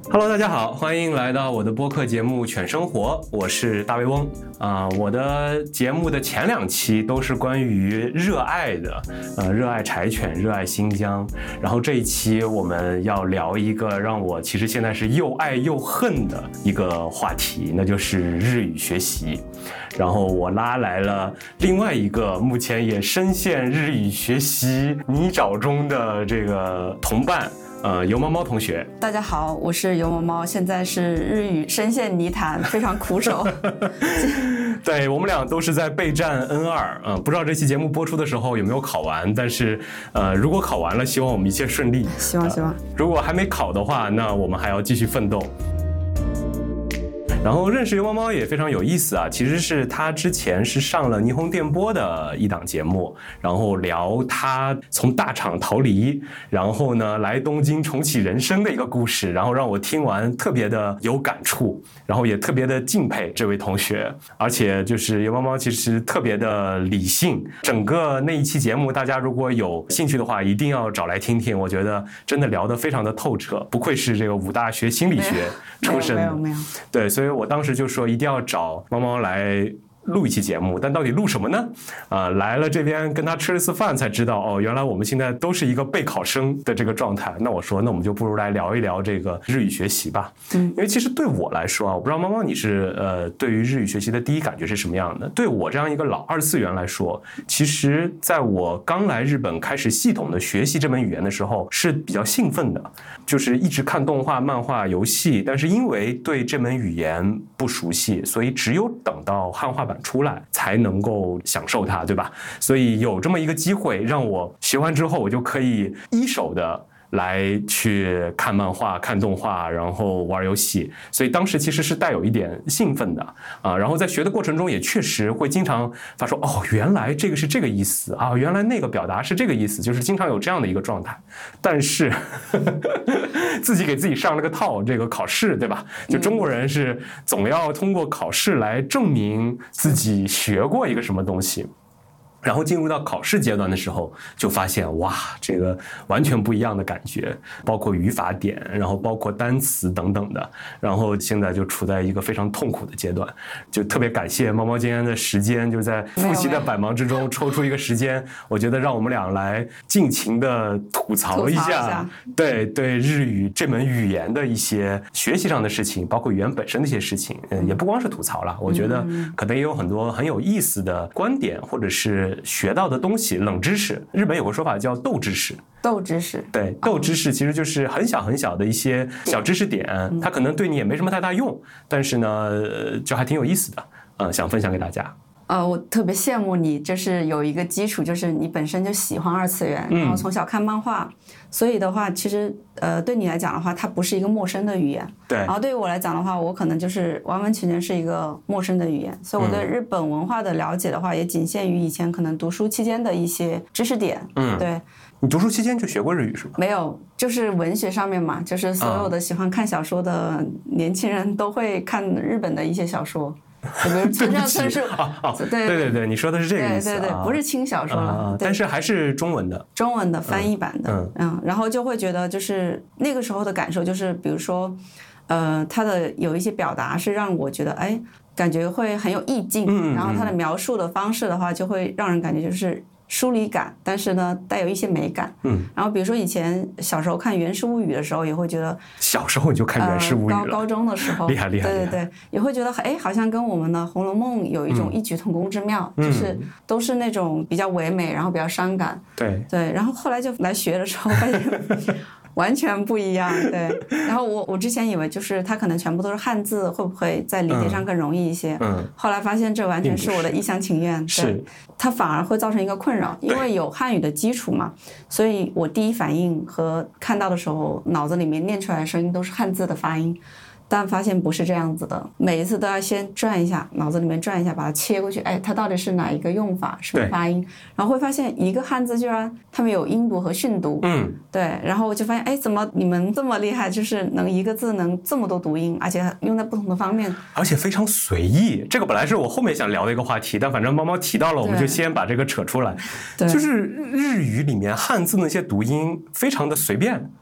Hello， 大家好，欢迎来到我的播客节目《犬生活》，我是大卫翁。我的节目的前2期都是关于热爱的，热爱柴犬，热爱新疆。然后这一期我们要聊一个让我其实现在是又爱又恨的一个话题，那就是日语学习。然后我拉来了另外一个目前也深陷日语学习泥沼中的这个同伴。油猫猫同学， 大家好，我是油猫猫，现在是日语深陷泥潭，非常苦手。 对，我们俩都是在备战 N2，不知道这期节目播出的时候有没有考完，但是如果考完了，希望我们一切顺利。 希望。 如果还没考的话，那我们还要继续奋斗。然后认识油猫猫也非常有意思啊，其实是他之前是上了霓虹电波的一档节目，然后聊他从大厂逃离，然后呢来东京重启人生的一个故事，然后让我听完特别的有感触，然后也特别的敬佩这位同学，而且就是油猫猫其实特别的理性，整个那一期节目大家如果有兴趣的话一定要找来听听，我觉得真的聊得非常的透彻，不愧是这个武大学心理学出身的。 没有。 对，所以我当时就说一定要找猫猫来录一期节目，但到底录什么呢？来了这边跟他吃了次饭才知道，哦，原来我们现在都是一个备考生的这个状态。那我说，那我们就不如来聊一聊这个日语学习吧。因为其实对我来说啊，我不知道猫猫你是对于日语学习的第一感觉是什么样的？对我这样一个老2次元来说，其实在我刚来日本开始系统的学习这门语言的时候是比较兴奋的，就是一直看动画、漫画、游戏，但是因为对这门语言不熟悉，所以只有等到汉化版出来才能够享受它，对吧？所以有这么一个机会让我学完之后，我就可以一手的来去看漫画、看动画，然后玩游戏，所以当时其实是带有一点兴奋的然后在学的过程中也确实会经常发说，哦，原来这个是这个意思啊，原来那个表达是这个意思，就是经常有这样的一个状态。但是自己给自己上了个套，这个考试，对吧？就中国人是总要通过考试来证明自己学过一个什么东西。然后进入到考试阶段的时候，就发现哇，这个完全不一样的感觉，包括语法点，然后包括单词等等的，然后现在就处在一个非常痛苦的阶段，就特别感谢猫猫今天的时间，就在复习的百忙之中抽出一个时间，我觉得让我们俩来尽情的吐槽一下对日语这门语言的一些学习上的事情，包括语言本身的一些事情，也不光是吐槽了，我觉得可能也有很多很有意思的观点，或者是学到的东西，冷知识。日本有个说法叫斗知识。对，斗知识其实就是很小很小的一些小知识点，它可能对你也没什么太大用，但是呢就还挺有意思的，想分享给大家。 我特别羡慕你，就是有一个基础，就是你本身就喜欢2次元，然后从小看漫画，所以的话，其实对你来讲的话，它不是一个陌生的语言。 对。 然后对于我来讲的话，我可能就是完完全全是一个陌生的语言，所以我对日本文化的了解的话，也仅限于以前可能读书期间的一些知识点。对。你读书期间就学过日语是吗？ 没有，就是文学上面嘛，就是所有的喜欢看小说的年轻人都会看日本的一些小说。比如村上春树对，你说的是这个意思。 对，不是轻小说了， 但是还是中文的翻译版的。然后就会觉得就是那个时候的感受，就是比如说他的有一些表达是让我觉得感觉会很有意境，然后他的描述的方式的话就会让人感觉就是疏离感，但是呢带有一些美感。然后比如说以前小时候看《源氏物语》的时候，也会觉得小时候你就看《源氏物语》了， 高中的时候厉害。 对，也会觉得好像跟我们的《红楼梦》有一种异曲同工之妙，就是都是那种比较唯美，然后比较伤感。 对， 然后后来就来学的时候发现完全不一样。对，然后我之前以为就是它可能全部都是汉字，会不会在理解上更容易一些？后来发现这完全是我的一厢情愿。对，它反而会造成一个困扰，因为有汉语的基础嘛，所以我第一反应和看到的时候，脑子里面念出来的声音都是汉字的发音。但发现不是这样子的，每一次都要先转一下，脑子里面转一下，把它切过去，它到底是哪一个用法，什么发音，然后会发现一个汉字居然他们有音读和训读。对，然后我就发现怎么你们这么厉害，就是能一个字能这么多读音，而且用在不同的方面， 而且非常随意。这个本来是我后面想聊的一个话题，但反正猫猫提到了，我们就先把这个扯出来。就是日语里面汉字那些读音非常的随便，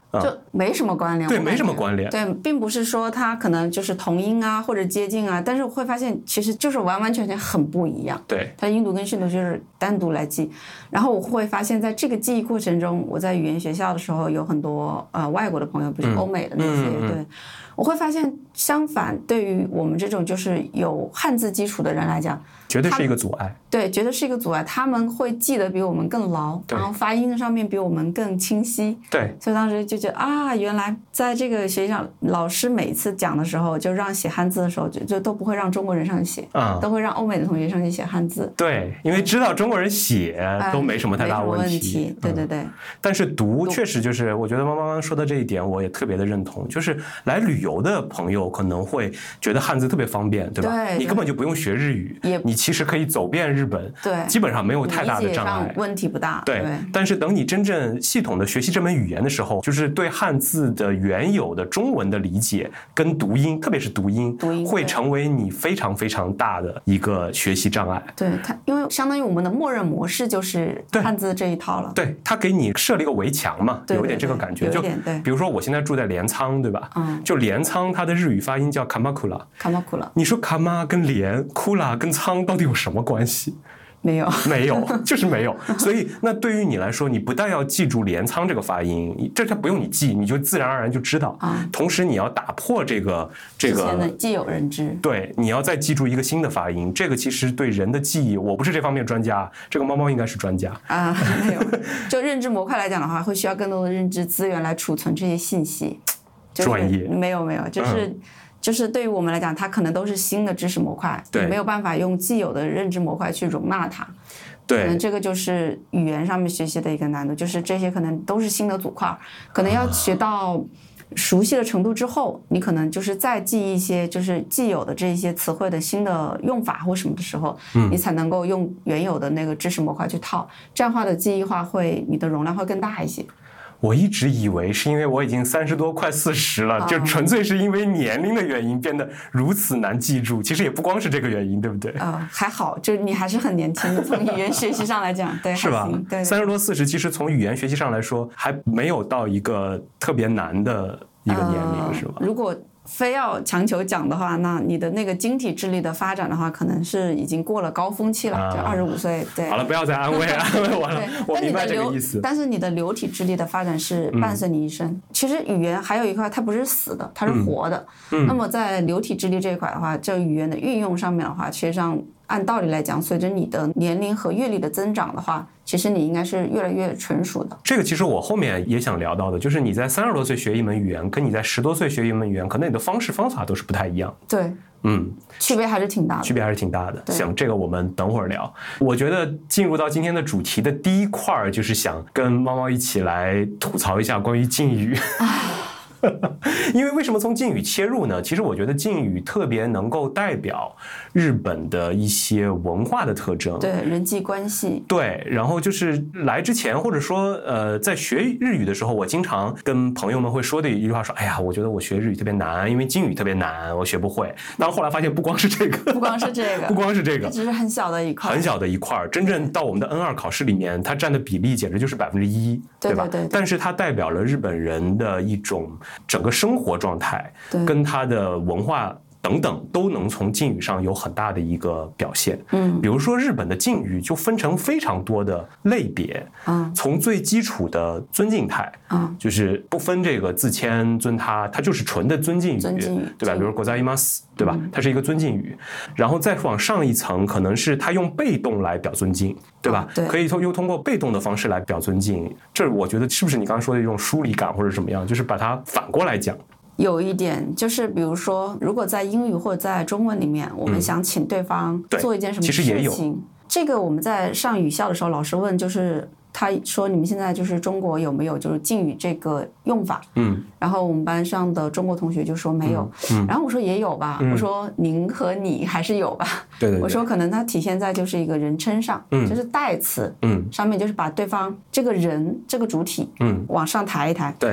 就没什么关联。 对，没什么关联。 对，并不是说它可能就是同音啊或者接近啊，但是我会发现其实就是完完全全很不一样。 对， 它音读跟训读就是单独来记，然后我会发现在这个记忆过程中，我在语言学校的时候有很多外国的朋友，比如说欧美的那些，对，我会发现相反，对于我们这种就是有汉字基础的人来讲， 绝对是一个阻碍。 对，绝对是一个阻碍。他们会记得比我们更牢，然后发音上面比我们更清晰。 对， 所以当时就觉得啊，原来在这个学习上，老师每次讲的时候，就让写汉字的时候，就都不会让中国人上去写，都会让欧美的同学上去写汉字。 对，因为知道中国人写都没什么太大问题。 对对对。 但是读确实就是，我觉得妈妈说的这一点，我也特别的认同。就是来旅游的朋友可能会觉得汉字特别方便，对吧？ 对， 你根本就不用学日语，你其实可以走遍日本， 对， 基本上没有太大的障碍， 问题不大。 对，但是等你真正系统的学习这门语言的时候，就是对汉字的原有的中文的理解跟读音，特别是读音会成为你非常非常大的一个学习障碍。 对，它因为相当于我们的默认模式就是汉字这一套了。 对，它给你设了一个围墙嘛，有点这个感觉。就比如说我现在住在镰仓，对吧？就镰仓它的日语发音叫卡马库拉。卡马库拉，你说卡马跟镰，库拉跟仓到底有什么关系？ 没有， 就是没有。所以那对于你来说，你不但要记住镰仓这个发音，这它不用你记，你就自然而然就知道。同时你要打破这个之前的既有认知。 对，你要再记住一个新的发音，这个其实对人的记忆，我不是这方面专家，这个猫猫应该是专家啊。没有，就认知模块来讲的话，会需要更多的认知资源来储存这些信息。 专业？ 没有，就是对于我们来讲，它可能都是新的知识模块，你没有办法用既有的认知模块去容纳它。 对， 可能这个就是语言上面学习的一个难度，就是这些可能都是新的组块，可能要学到熟悉的程度之后，你可能就是再记一些就是既有的这些词汇的新的用法或什么的时候，你才能够用原有的那个知识模块去套，这样话的记忆化会你的容量会更大一些。 我一直以为是因为我已经30多快40了，就纯粹是因为年龄的原因变得如此难记住。其实也不光是这个原因，对不对？ 还好，就你还是很年轻的，从语言学习上来讲，对， 是吧？ 对 ，30多40，其实从语言学习上来说，还没有到一个特别难的一个年龄，是吧？ 如果非要强求讲的话，那你的那个晶体智力的发展的话，可能是已经过了高峰期了，就25岁。对， 好了，不要再安慰我了，我明白这个意思。 但是你的流体智力的发展是伴随你一生。其实语言还有一块，它不是死的，它是活的。那么在流体智力这一块的话，这语言的运用上面的话，其实上按道理来讲，随着你的年龄和阅历的增长的话，其实你应该是越来越成熟的。 这个其实我后面也想聊到的，就是你在30多岁学一门语言，跟你在10多岁学一门语言，可能你的方式方法都是不太一样。 对，区别还是挺大的。 行，这个我们等会儿聊。我觉得进入到今天的主题的第一块，就是想跟猫猫一起来吐槽一下关于敬语。因为为什么从敬语切入呢？其实我觉得敬语特别能够代表日本的一些文化的特征， 对，人际关系， 对。然后就是来之前，或者说在学日语的时候，我经常跟朋友们会说的一句话说：“哎呀，我觉得我学日语特别难，因为敬语特别难，我学不会。”但后来发现不光是这个， 不光是这个，只是很小的一块，真正到我们的 N2 考试里面，它占的比例简直就是1%，对吧？ 对。 但是它代表了日本人的一种整个生活状态，跟他的文化等等都能从敬语上有很大的一个表现。比如说日本的敬语就分成非常多的类别，从最基础的尊敬态，就是不分这个自谦尊他，它就是纯的尊敬语，对吧？比如ございます，对吧？它是一个尊敬语。然后再往上一层，可能是他用被动来表尊敬，对吧？ 对， 可以又通过被动的方式来表尊敬。这我觉得是不是你刚刚说的一种疏离感或者什么样？就是把它反过来讲。 有一点就是，比如说，如果在英语或者在中文里面，我们想请对方做一件什么事情， 其实也有这个我们在上语校的时候，老师问就是他说你们现在就是中国有没有就是敬语这个用法？然后我们班上的中国同学就说没有，然后我说也有吧，我说您和你还是有吧， 对， 我说可能它体现在就是一个人称上，就是代词，上面就是把对方这个人这个主体，往上抬一抬， 对。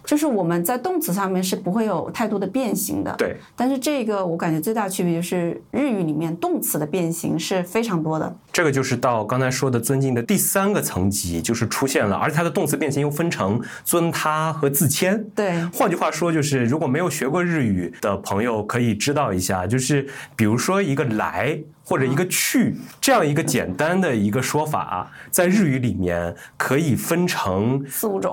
就是我们在动词上面是不会有太多的变形的。 对。 但是这个我感觉最大区别就是日语里面动词的变形是非常多的。 这个就是到刚才说的尊敬的第3个层级，就是出现了，而且它的动词变形又分成尊他和自谦。 对。 换句话说，就是如果没有学过日语的朋友可以知道一下，就是比如说一个来或者一个去这样一个简单的一个说法，在日语里面可以分成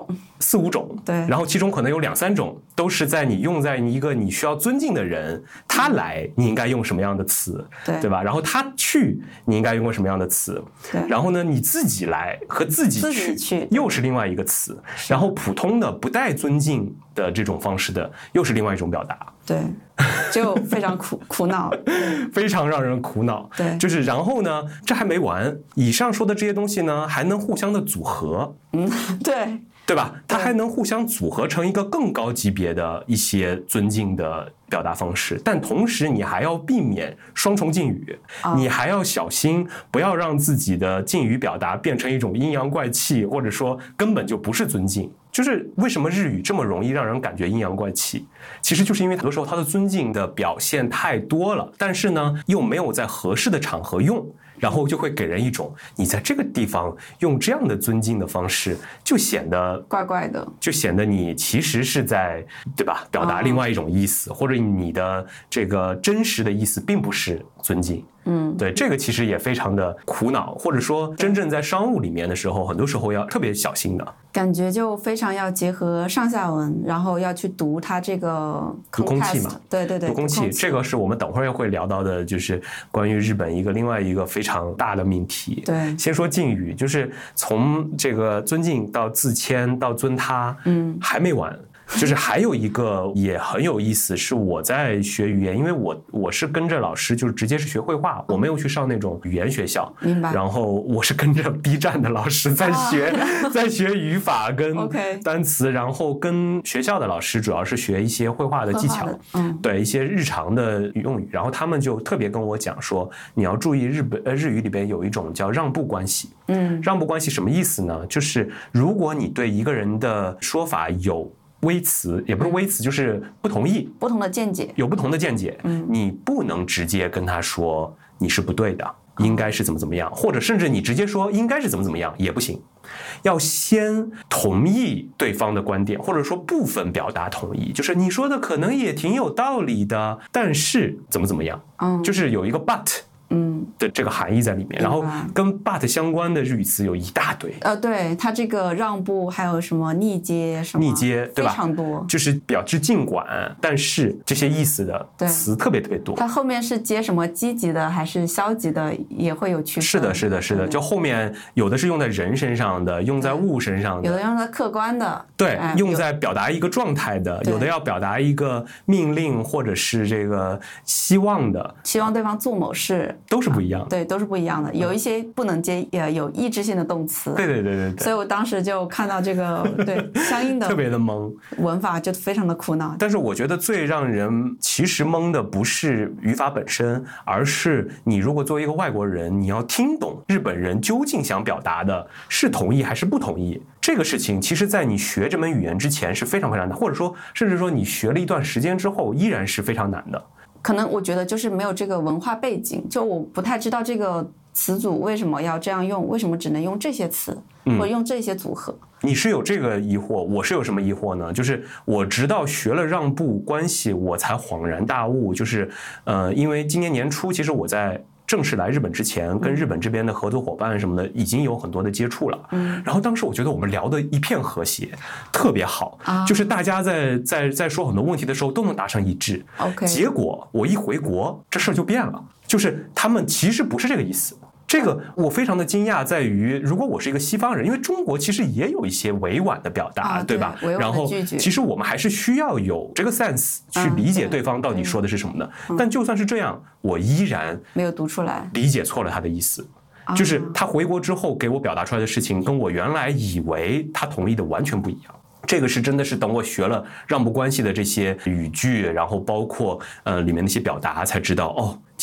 4、5种， 对， 然后其中可能有2、3种都是在你用在一个你需要尊敬的人，他来你应该用什么样的词，对吧？然后他去你应该用什么样的词， 对。 然后呢，你自己来和自己去又是另外一个词，然后普通的不带尊敬的这种方式的又是另外一种表达， 对，就非常苦恼， 非常让人苦恼。 对， 就是然后呢，这还没完，以上说的这些东西呢，还能互相的组合，对吧？它还能互相组合成一个更高级别的一些尊敬的表达方式，但同时你还要避免双重敬语，你还要小心不要让自己的敬语表达变成一种阴阳怪气，或者说根本就不是尊敬。就是为什么日语这么容易让人感觉阴阳怪气，其实就是因为很多时候它的尊敬的表现太多了，但是呢又没有在合适的场合用，然后就会给人一种你在这个地方用这样的尊敬的方式，就显得怪怪的， 就显得你其实是在，对吧，表达另外一种意思，或者你的这个真实的意思并不是尊敬。对，这个其实也非常的苦恼，或者说真正在商务里面的时候，很多时候要特别小心的。 感觉就非常要结合上下文，然后要去读它这个读空气嘛， 对， 读空气，这个是我们等会儿会聊到的，就是关于日本另外一个非常大的命题。 对， 先说敬语，就是从这个尊敬到自谦到尊他，还没完。就是还有一个也很有意思，是我在学语言，因为我是跟着老师，就是直接是学绘画，我没有去上那种语言学校， 明白。 然后我是跟着 B 站的老师在学语法跟单词，然后跟学校的老师主要是学一些绘画的技巧，对一些日常的用语，然后他们就特别跟我讲说，你要注意日语里边有一种叫让步关系。让步关系什么意思呢？就是如果你对一个人的说法有微词，也不是微词，就是不同意， 不同的见解， 有不同的见解，你不能直接跟他说你是不对的，应该是怎么样，或者甚至你直接说应该是怎么样也不行，要先同意对方的观点，或者说部分表达同意，就是你说的可能也挺有道理的，但是怎么样，就是有一个 but。的这个含义在里面，然后跟 but 相关的日语词有一大堆。 对，它这个让步还有什么逆接什么逆接，对吧？ 非常多， 就是表示尽管，但是这些意思的词特别多。 它后面是接什么积极的还是消极的，也会有区分。 是的，就后面有的是用在人身上的，用在物身上的， 有的用在客观的， 对，用在表达一个状态的，有的要表达一个命令或者是这个希望的， 希望对方做某事。 都是不一样的， 对，都是不一样的。有一些不能接，有抑制性的动词。 对。 所以我当时就看到这个，对相应的特别的懵， 文法就非常的苦恼。 但是我觉得最让人其实懵的不是语法本身，而是你如果作为一个外国人，你要听懂日本人究竟想表达的是同意还是不同意。这个事情其实在你学这门语言之前是非常难的，或者说甚至说你学了一段时间之后依然是非常难的。 可能我觉得就是没有这个文化背景，就我不太知道这个词组为什么要这样用，为什么只能用这些词，或者用这些组合。 你是有这个疑惑，我是有什么疑惑呢？就是我直到学了让步关系，我才恍然大悟。就是因为今年年初，其实我在正式来日本之前，跟日本这边的合作伙伴什么的已经有很多的接触了。然后当时我觉得我们聊的一片和谐，特别好，就是大家在说很多问题的时候都能达成一致。结果我一回国，这事儿就变了，就是他们其实不是这个意思。这个我非常的惊讶，在于如果我是一个西方人，因为中国其实也有一些委婉的表达，对吧？然后其实我们还是需要有这个 sense 去理解对方到底说的是什么的。但就算是这样，我依然没有读出来， 理解错了他的意思。就是他回国之后给我表达出来的事情，跟我原来以为他同意的完全不一样。这个是真的是等我学了让步关系的这些语句，然后包括里面那些表达，才知道其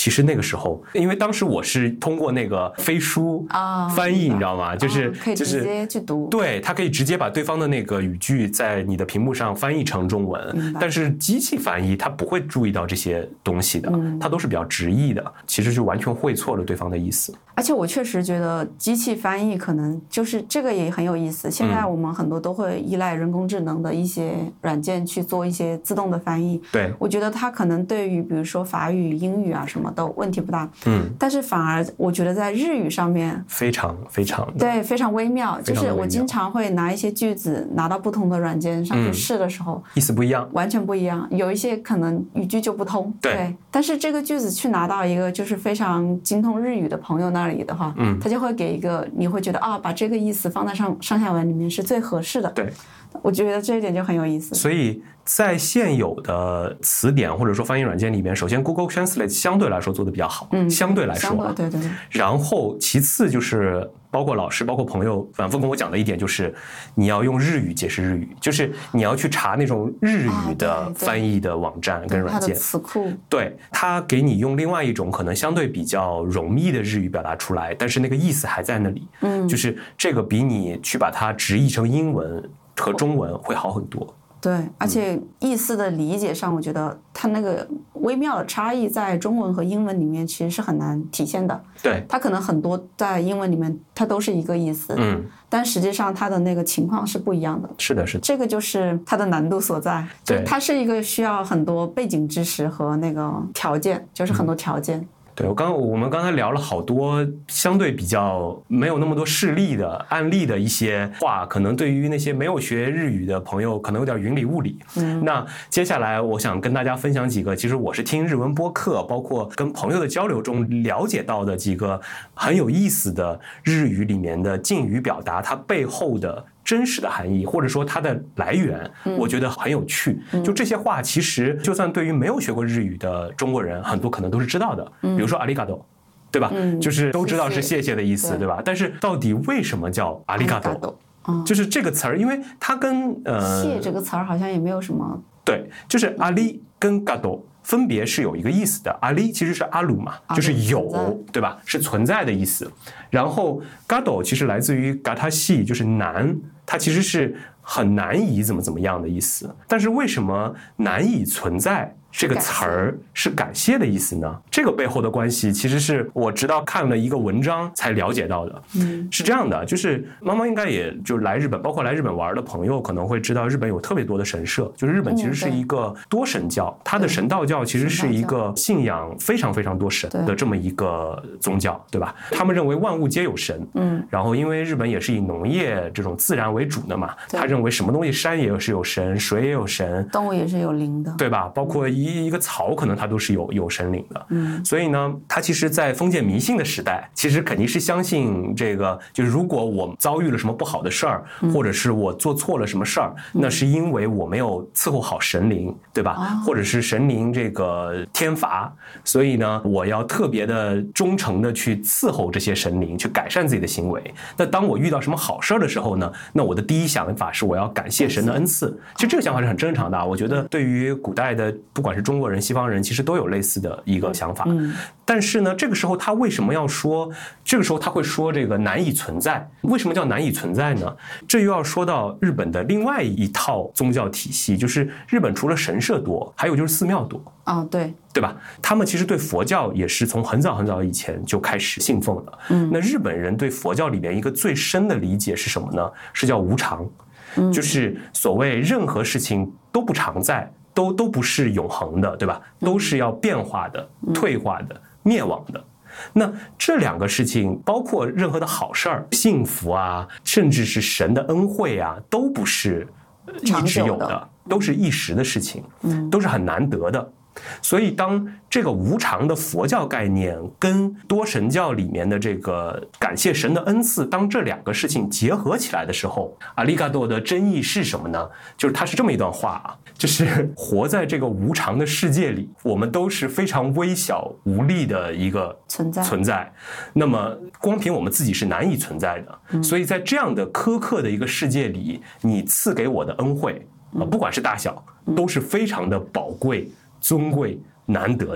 其实那个时候，因为当时我是通过那个飞书翻译，你知道吗？就是可以直接去读， 对，它可以直接把对方的那个语句在你的屏幕上翻译成中文。但是机器翻译它不会注意到这些东西的，它都是比较直译的，其实就完全会错了对方的意思。 而且我确实觉得机器翻译可能就是这个也很有意思。现在我们很多都会依赖人工智能的一些软件去做一些自动的翻译。 对， 我觉得它可能对于比如说法语、英语啊什么的问题不大。但是反而我觉得在日语上面非常对，非常微妙。就是我经常会拿一些句子拿到不同的软件上去试的时候， 意思不一样， 完全不一样。有一些可能语句就不通。对，但是这个句子去拿到一个就是非常精通日语的朋友那里的话，他就会给一个你会觉得把这个意思放在上下文里面是最合适的。 对， 我觉得这一点就很有意思。 所以在现有的词典或者说翻译软件里面，首先 Google Translate 相对来说做的比较好，相对来说， 对。 然后其次就是包括老师包括朋友反复跟我讲的一点就是你要用日语解释日语，就是你要去查那种日语的翻译的网站跟软件， 它的词库， 对，它给你用另外一种可能相对比较容易的日语表达出来，但是那个意思还在那里，就是这个比你去把它直译成英文和中文会好很多。 对，而且意思的理解上，我觉得它那个微妙的差异在中文和英文里面其实是很难体现的。 对， 它可能很多在英文里面它都是一个意思，但实际上它的那个情况是不一样的。 是的， 这个就是它的难度所在。就它是一个需要很多背景知识和那个条件，就是很多条件。 对，我们刚才聊了好多相对比较没有那么多事例的案例的一些话，可能对于那些没有学日语的朋友可能有点云里雾里。那接下来我想跟大家分享几个，其实我是听日文播客，包括跟朋友的交流中了解到的几个很有意思的日语里面的敬语表达，它背后的真实的含义，或者说它的来源，我觉得很有趣。就这些话，其实就算对于没有学过日语的中国人，很多可能都是知道的。比如说阿里嘎多，对吧？就是都知道是谢谢的意思，对吧？但是到底为什么叫阿里嘎多？就是这个词儿，因为它跟谢这个词儿好像也没有什么。 对，就是阿里跟嘎多分别是有一个意思的。阿里其实是阿鲁嘛，就是有，对吧？是存在的意思。然后嘎多其实来自于嘎他西，就是难。它其实是很难以怎么样的意思，但是为什么难以存在这个词儿是感谢的意思呢？这个背后的关系其实是我直到看了一个文章才了解到的。是这样的，就是猫猫应该也就来日本，包括来日本玩的朋友可能会知道，日本有特别多的神社，就是日本其实是一个多神教，它的神道教其实是一个信仰非常非常多神的这么一个宗教，对吧？他们认为万物皆有神，然后因为日本也是以农业这种自然为主的嘛，他认为什么东西山也是有神，水也有神， 动物也是有灵的， 对吧？包括一个草可能它都是有神灵的。所以呢，它其实在封建迷信的时代，其实肯定是相信这个，就是如果我遭遇了什么不好的事儿，或者是我做错了什么事儿，那是因为我没有伺候好神灵，对吧？或者是神灵这个天罚，所以呢，我要特别的忠诚的去伺候这些神灵，去改善自己的行为。那当我遇到什么好事儿的时候呢，那我的第一想法是我要感谢神的恩赐。其实这个想法是很正常的，我觉得对于古代的不管是中国人西方人其实都有类似的一个想法。但是呢，这个时候他为什么要说，这个时候他会说这个难以存在？为什么叫难以存在呢？这又要说到日本的另外一套宗教体系，就是日本除了神社多，还有就是寺庙多。对吧？他们其实对佛教也是从很早很早以前就开始信奉的。那日本人对佛教里面一个最深的理解是什么呢？是叫无常，就是所谓任何事情都不常在，都不是永恒的，对吧？都是要变化的、退化的、灭亡的。那这两个事情，包括任何的好事儿、幸福啊，甚至是神的恩惠啊，都不是一直有的，都是一时的事情，都是很难得的。所以当这个无常的佛教概念跟多神教里面的这个感谢神的恩赐，当这两个事情结合起来的时候，阿里嘎多的真意是什么呢？就是它是这么一段话啊，就是活在这个无常的世界里，我们都是非常微小无力的一个存在，那么光凭我们自己是难以存在的，所以在这样的苛刻的一个世界里，你赐给我的恩惠不管是大小，都是非常的宝贵尊贵难得的。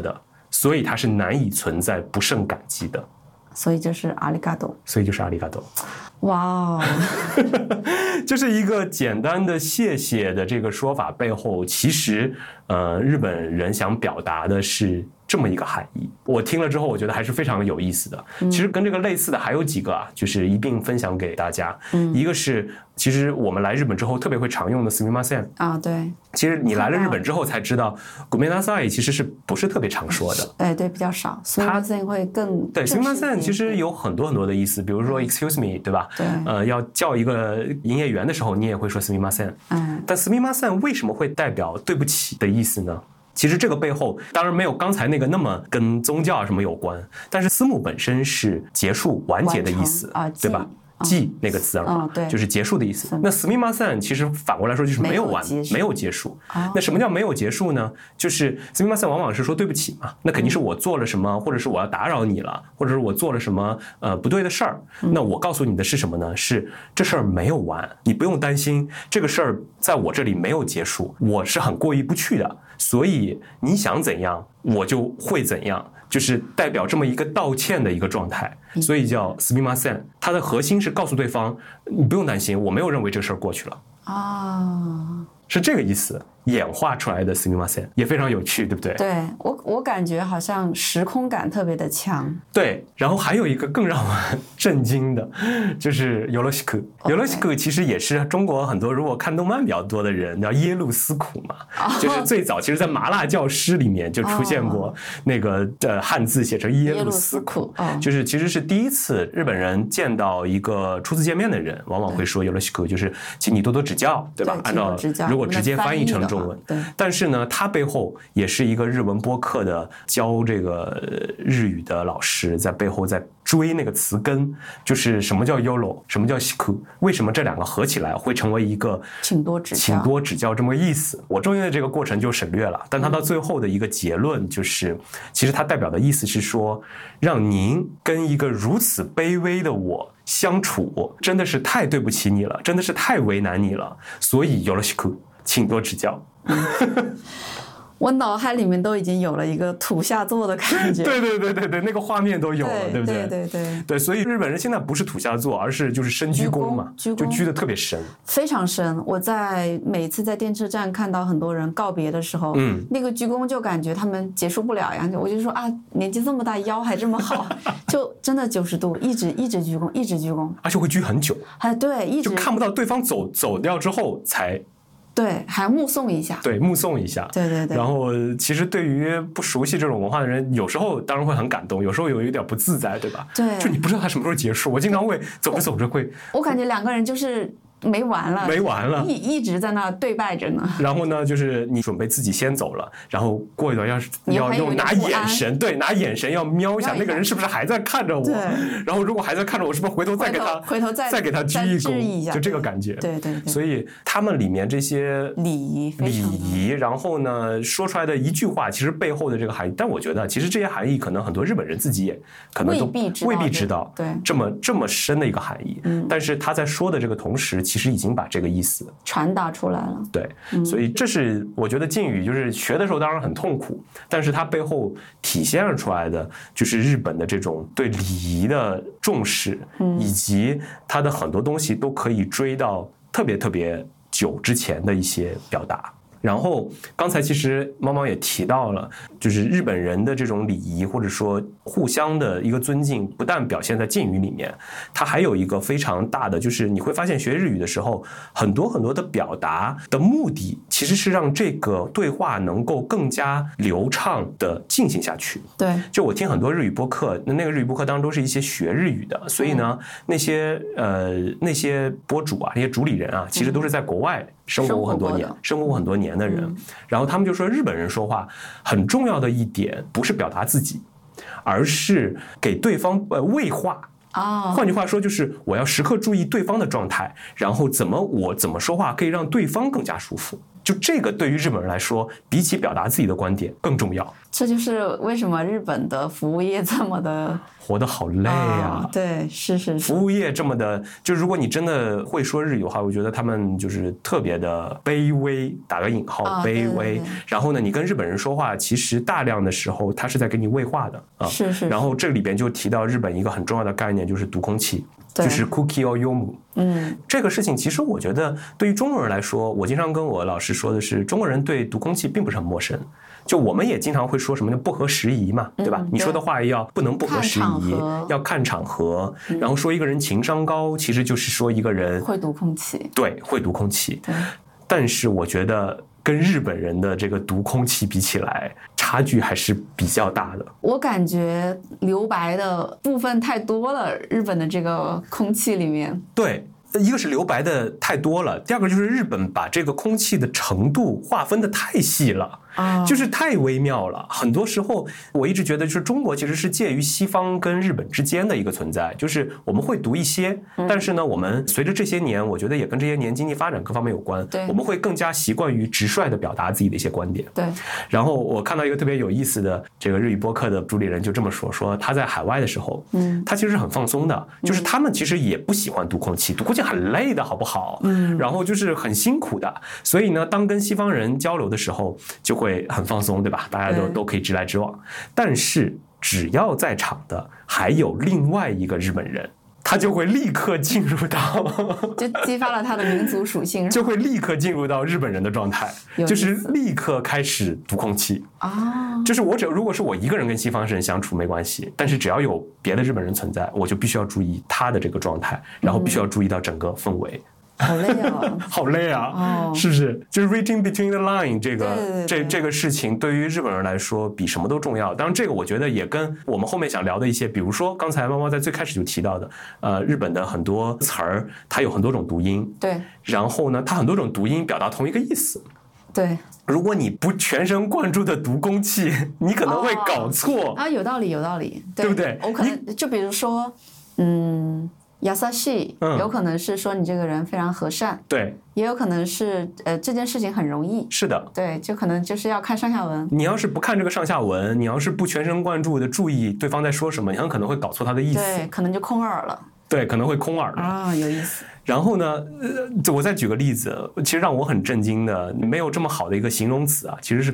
所以它是难以存在不胜感激的。 所以就是阿里嘎多， 所以就是阿里嘎多。 哇哦， 就是一个简单的谢谢的这个说法背后，其实日本人想表达的是这么一个含义。我听了之后，我觉得还是非常有意思的。其实跟这个类似的还有几个啊，就是一并分享给大家。一个是其实我们来日本之后特别会常用的すみません啊，对。 其实你来了日本之后才知道，ごめんなさい其实是不是特别常说的？ 哎，对，比较少。すみません会更对，すみません其实有很多的意思，比如说 excuse me， 对吧？ 对。 要叫一个营业员的时候，你也会说すみません。但すみません为什么会代表对不起的意思呢？其实这个背后当然没有刚才那个那么跟宗教什么有关，但是思慕本身是结束、完结的意思，对吧？记那个词儿， 对， 就是结束的意思。那すみません其实反过来说就是没有完，没有结束。那什么叫没有结束呢？就是すみません往往是说对不起嘛，那肯定是我做了什么，或者是我要打扰你了，或者是我做了什么不对的事儿。那我告诉你的是什么呢？是这事儿没有完，你不用担心，这个事儿在我这里没有结束，我是很过意不去的，所以你想怎样我就会怎样。就是代表这么一个道歉的一个状态，所以叫すみません。它的核心是告诉对方，你不用担心，我没有认为这事儿过去了啊，是这个意思。演化出来的すみません也非常有趣，对不对？ 对，我感觉好像时空感特别的强。 对，然后还有一个更让我震惊的，就是よろしく。よろしく其实也是中国很多如果看动漫比较多的人叫耶路斯苦嘛，就是最早其实在麻辣教师里面就出现过那个汉字写成耶路斯苦，就是其实是第一次日本人见到一个初次见面的人，往往会说よろしく，就是请你多多指教，对吧？按照如果直接翻译成中文。但是呢，它背后也是一个日文播客的教这个日语的老师在背后在追那个词根，就是什么叫 YOLO， 什么叫 shiku， 为什么这两个合起来会成为一个请多指教这么个意思。我中间的这个过程就省略了，但它到最后的一个结论就是，其实它代表的意思是说，让您跟一个如此卑微的我相处，真的是太对不起你了，真的是太为难你了，所以よろしく，请多指教。 我脑海里面都已经有了一个土下座的感觉。 对，那个画面都有了，对不对？对，所以日本人现在不是土下座，而是就是深鞠躬嘛，就鞠得特别深， 非常深。我每次在电车站看到很多人告别的时候，那个鞠躬就感觉他们结束不了呀。我就说啊，年纪这么大，腰还这么好，就真的90度，一直鞠躬，一直鞠躬， 而且会鞠很久。 哎，对，一直就看不到对方走掉之后才。 对，还目送一下。 对，目送一下。 对。 然后，其实对于不熟悉这种文化的人，有时候当然会很感动，有时候有一点不自在，对吧？ 对。 就你不知道他什么时候结束。我经常会走着走着会， 我感觉两个人就是没完了，一直在那对拜着呢。 然后呢，就是你准备自己先走了，然后过一段要用拿眼神，对，拿眼神要瞄一下那个人是不是还在看着我。 对。 然后如果还在看着我，是不是回头再给他再给他鞠一躬，就这个感觉。 对。 所以他们里面这些礼仪， 然后呢说出来的一句话，其实背后的这个含义，但我觉得其实这些含义可能很多日本人自己也可能都未必知道， 对， 这么深的一个含义。但是他在说的这个同时，其实已经把这个意思传达出来了。 对，所以这是我觉得敬语就是学的时候当然很痛苦，但是它背后体现出来的就是日本的这种对礼仪的重视，以及它的很多东西都可以追到特别久之前的一些表达。然后刚才其实猫猫也提到了，就是日本人的这种礼仪或者说互相的一个尊敬，不但表现在敬语里面，它还有一个非常大的，就是你会发现学日语的时候，很多的表达的目的其实是让这个对话能够更加流畅的进行下去。 对， 就我听很多日语播客，那个日语播客当中都是一些学日语的，所以呢，那些播主啊，那些主理人啊，其实都是在国外生活过很多年的人，然后他们就说日本人说话很重要的一点不是表达自己，而是给对方位化。换句话说就是我要时刻注意对方的状态，然后我怎么说话可以让对方更加舒服。 就这个对于日本人来说，比起表达自己的观点更重要。 这就是为什么日本的服务业这么的活得好累啊！ 对，是服务业这么的，就如果你真的会说日语的话，我觉得他们就是特别的卑微，打个引号，卑微。 对。 然后呢，你跟日本人说话，其实大量的时候他是在给你喂话的啊。 是。 然后这里边就提到日本一个很重要的概念，就是读空气。就是 cookie or yomu， 这个事情其实我觉得对于中国人来说，我经常跟我老师说的是，中国人对读空气并不是很陌生。就我们也经常会说什么不合时宜嘛，对吧？你说的话不能不合时宜，要看场合。然后说一个人情商高，其实就是说一个人会读空气。 对，会读空气。但是我觉得跟日本人的这个读空气比起来，差距还是比较大的。 我感觉留白的部分太多了，日本的这个空气里面。 对，一个是留白的太多了，第二个就是日本把这个空气的程度划分的太细了。就是太微妙了。很多时候我一直觉得就是中国其实是介于西方跟日本之间的一个存在，就是我们会读一些，但是呢我们随着这些年，我觉得也跟这些年经济发展各方面有关，我们会更加习惯于直率的表达自己的一些观点。 对。 然后我看到一个特别有意思的这个日语播客的主理人就这么说他在海外的时候，他其实是很放松的，就是他们其实也不喜欢读空气，读空气很累的好不好？然后就是很辛苦的，所以呢当跟西方人交流的时候就会很放松，对吧？大家都可以直来直往。但是只要在场的还有另外一个日本人，他就会立刻进入到就激发了他的民族属性， 就会立刻进入到日本人的状态，就是立刻开始读空气就是如果是我一个人跟西方人相处没关系，但是只要有别的日本人存在，我就必须要注意他的这个状态，然后必须要注意到整个氛围。 好累啊！ 好累啊！是不是？就是 reading between the line 这个事情，对于日本人来说比什么都重要。当然，这个我觉得也跟我们后面想聊的一些，比如说刚才猫猫在最开始就提到的，日本的很多词儿，它有很多种读音。 对。 然后呢，它很多种读音表达同一个意思。 对。如果你不全神贯注的读空气，你可能会搞错。 有道理，有道理， 对不对？ 我可能就比如说，優しい有可能是说你这个人非常和善， 对， 也有可能是这件事情很容易， 是的， 对，就可能就是要看上下文。 你要是不看这个上下文，你要是不全神贯注的注意对方在说什么，你很可能会搞错他的意思， 对，可能就空耳了， 对，可能会空耳了有意思。 然后呢，我再举个例子，其实让我很震惊的，没有这么好的一个形容词其实是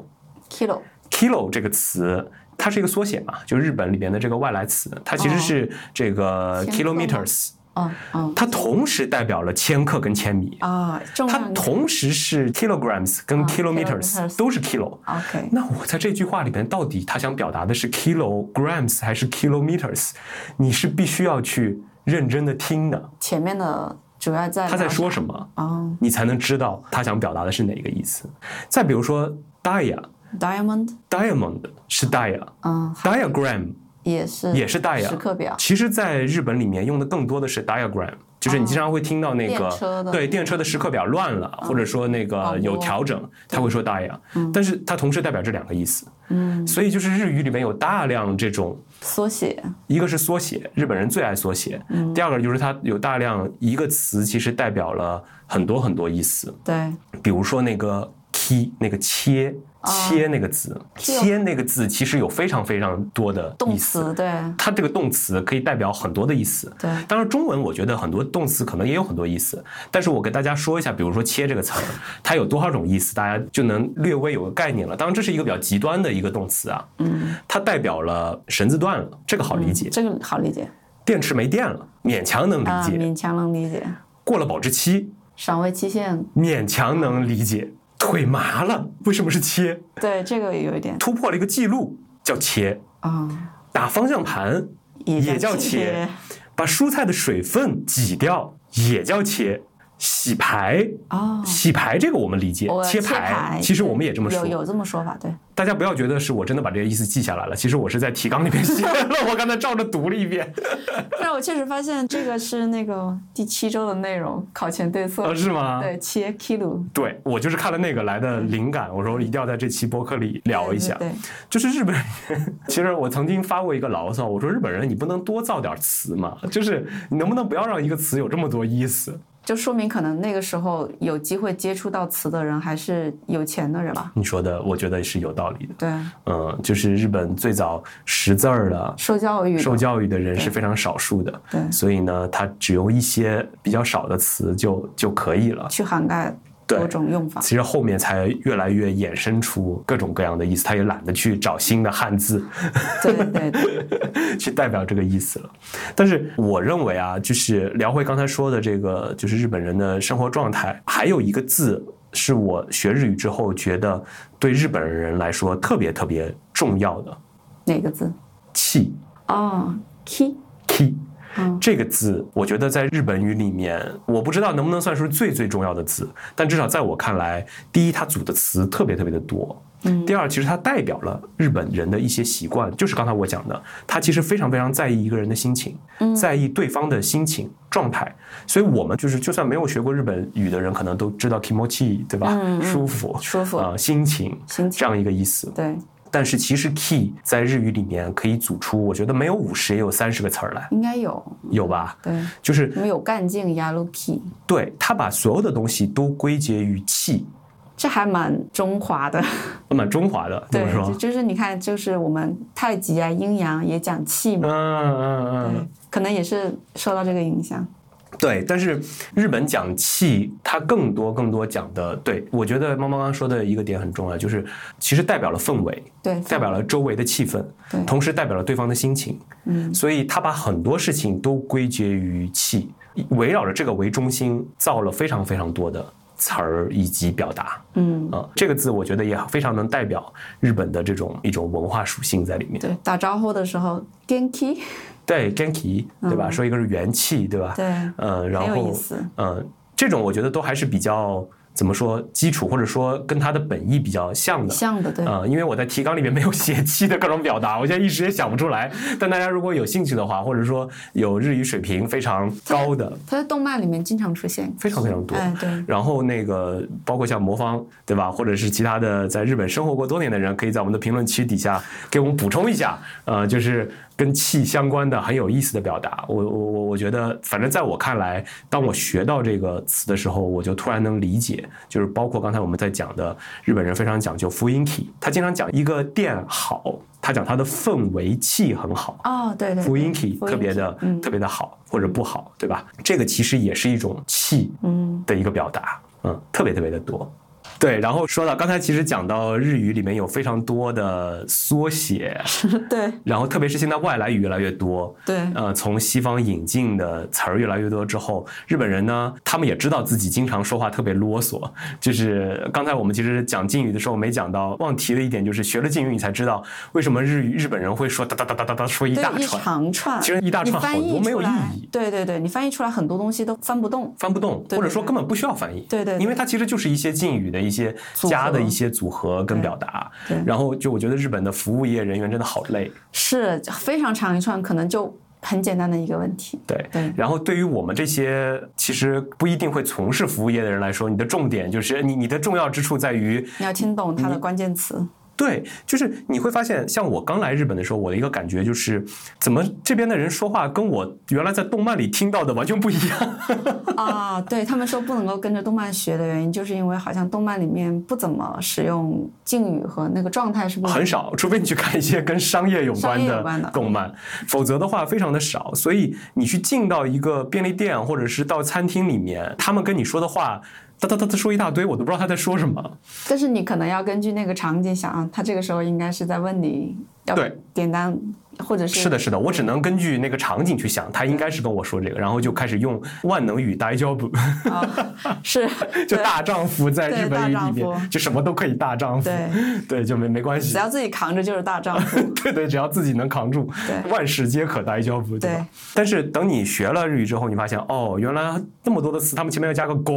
kilo 这个词。它是一个缩写嘛，就日本里边的这个外来词，它其实是这个 kilometers，它同时代表了千克跟千米它同时是 kilograms 跟 kilometers 都是 kilo。那我在这句话里边到底他想表达的是 kilograms 还是 kilometers？ 你是必须要去认真的听的， 前面的主要在他在说什么你才能知道他想表达的是哪个意思。再比如说 diamond 是 diagram 也是 dia 时刻表。 其实在日本里面用的更多的是 diagram， 就是你经常会听到那个电车的时刻表乱了，或者说那个有调整，他会说 dia，但是它同时代表这两个意思。所以就是日语里面有大量这种缩写，一个是缩写，日本人最爱缩写，第二个就是它有大量一个词其实代表了很多很多意思。 对， 比如说那个 key 那个切那个字，切那个字其实有非常非常多的意思， 动词，对， 它这个动词可以代表很多的意思。 对， 当然中文我觉得很多动词可能也有很多意思，但是我给大家说一下，比如说切这个词儿，它有多少种意思，大家就能略微有个概念了。当然这是一个比较极端的一个动词它代表了绳子断了，这个好理解， 这个好理解。 电池没电了，勉强能理解， 勉强能理解。 过了保质期， 赏味期限， 勉强能理解。腿麻了，为什么是切？ 对，这个有一点突破了一个记录，叫切打方向盘也叫切，把蔬菜的水分挤掉也叫切。洗牌洗牌这个我们理解，切牌其实我们也这么说， 有这么说法，对。 大家不要觉得是我真的把这个意思记下来了，其实我是在提纲里面写了，我刚才照着读了一遍。 但我确实发现这个是那个第7周的内容，考前对策是吗？ 对，切 kilo。 对，我就是看了那个来的灵感，我说一定要在这期播客里聊一下。 对， 就是日本人，其实我曾经发过一个牢骚，我说日本人你不能多造点词嘛，就是你能不能不要让一个词有这么多意思？ 就说明可能那个时候有机会接触到词的人还是有钱的人吧。 你说的我觉得是有道理的。 对， 就是日本最早识字儿的受教育的人是非常少数的， 对， 所以呢他只用一些比较少的词就可以了， 去涵盖多种用法。 其实后面才越来越衍生出各种各样的意思，他也懒得去找新的汉字对去代表这个意思了。但是我认为啊，就是聊回刚才说的这个就是日本人的生活状态，还有一个字是我学日语之后觉得对日本人来说特别特别重要的。 哪个字？ 气。 ki。 这个字我觉得在日本语里面我不知道能不能算是最最重要的字，但至少在我看来，第一它组的词特别特别的多，第二其实它代表了日本人的一些习惯，就是刚才我讲的，他其实非常非常在意一个人的心情，在意对方的心情状态，所以我们就是就算没有学过日本语的人可能都知道 kimochi 对吧，舒服心情这样一个意思。 对， 但是其实 ki 在日语里面可以组出，我觉得没有50也有30个词儿来， 应该有吧？ 对， 就是我们有干劲 yaruki， 对，他把所有的东西都归结于气， 这还蛮中华的， 蛮中华的。 对，就是你看，就是我们太极啊、阴阳也讲气嘛，对，可能也是受到这个影响。 对，但是日本讲气，它更多讲的，对，我觉得猫猫刚刚说的一个点很重要，就是其实代表了氛围， 对， 代表了周围的气氛， 对， 同时代表了对方的心情，所以他把很多事情都归结于气，围绕着这个为中心，造了非常非常多的词儿以及表达，这个字我觉得也非常能代表日本的这种一种文化属性在里面。 对，打招呼的时候 genki。 对 genki 对吧，说一个是元气对吧， 对， 然后很有意思， 这种我觉得都还是比较怎么说基础，或者说跟它的本意比较像的， 对， 因为我在提纲里面没有写气的各种表达，我现在一时也想不出来。但大家如果有兴趣的话，或者说有日语水平非常高的， 它在动漫里面经常出现， 非常非常多。 对。 然后那个包括像魔方对吧，或者是其他的在日本生活过多年的人，可以在我们的评论区底下给我们补充一下，就是跟气相关的很有意思的表达。我觉得，反正在我看来，当我学到这个词的时候，我就突然能理解，就是包括刚才我们在讲的日本人非常讲究 雰囲気，他经常讲一个店好，他讲他的氛围气很好。 对， 雰囲気特别的好或者不好，对吧？这个其实也是一种气的一个表达，特别特别的多。对，然后说到刚才其实讲到日语里面有非常多的缩写， 对， 然后特别是现在外来语越来越多， 对， 从西方引进的词儿越来越多之后，日本人呢，他们也知道自己经常说话特别啰嗦，就是刚才我们其实讲敬语的时候没讲到，忘提了一点，就是学了敬语你才知道为什么日本人会说哒哒哒哒哒哒说一大串， 一长串， 其实一大串好多没有意义， 对，你翻译出来很多东西都翻不动， 或者说根本不需要翻译， 对， 因为它其实就是一些敬语的一些加的一些组合跟表达，然后就我觉得日本的服务业人员真的好累， 是非常长一串，可能就很简单的一个问题。 对，然后对于我们这些其实不一定会从事服务业的人来说，你的重点就是你的重要之处在于你要听懂它的关键词。 对，就是你会发现，像我刚来日本的时候，我的一个感觉就是，怎么这边的人说话跟我原来在动漫里听到的完全不一样对，他们说不能够跟着动漫学的原因，就是因为好像动漫里面不怎么使用敬语和那个状态是不很少，除非你去看一些跟商业有关的动漫，否则的话非常的少。所以你去进到一个便利店或者是到餐厅里面，他们跟你说的话。他说一大堆，我都不知道他在说什么。 但是你可能要根据那个场景想，他这个时候应该是在问你要点单，或者是是的，我只能根据那个场景去想，他应该是跟我说这个，然后就开始用万能语大丈夫， 是就大丈夫在日本语里面就什么都可以大丈夫，对，就没关系， 只要自己扛着就是大丈夫， 对，只要自己能扛住，万事皆可大丈夫，对吧？但是等你学了日语之后，你发现原来那么多的词，他们前面要加个go。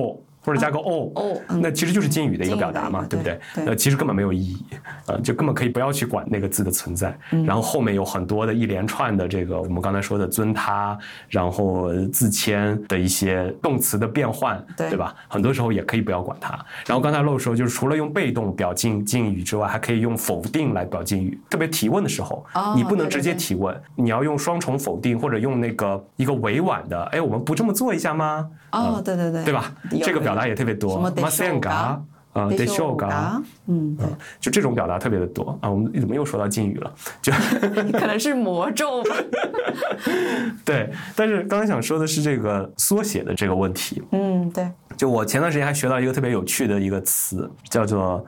或者加个 o，那其实就是敬语的一个表达嘛，对不对？其实根本没有意义，就根本可以不要去管那个字的存在。然后后面有很多的一连串的这个我们刚才说的尊他，然后自谦的一些动词的变换，对吧？很多时候也可以不要管它。然后刚才漏说，就是除了用被动表敬语之外，还可以用否定来表敬语。特别提问的时候，你不能直接提问，你要用双重否定，或者用那个一个委婉的，哎，我们不这么做一下吗？ 对吧？这个表达也特多， 什么得秀嘎得秀嘎，就这种表达特别的多啊。我们怎么又说到敬语了？就可能是魔咒吧。 对，但是刚才想说的是这个缩写的这个问题。 对。 就我前段时间还学到一个特别有趣的一个词，叫做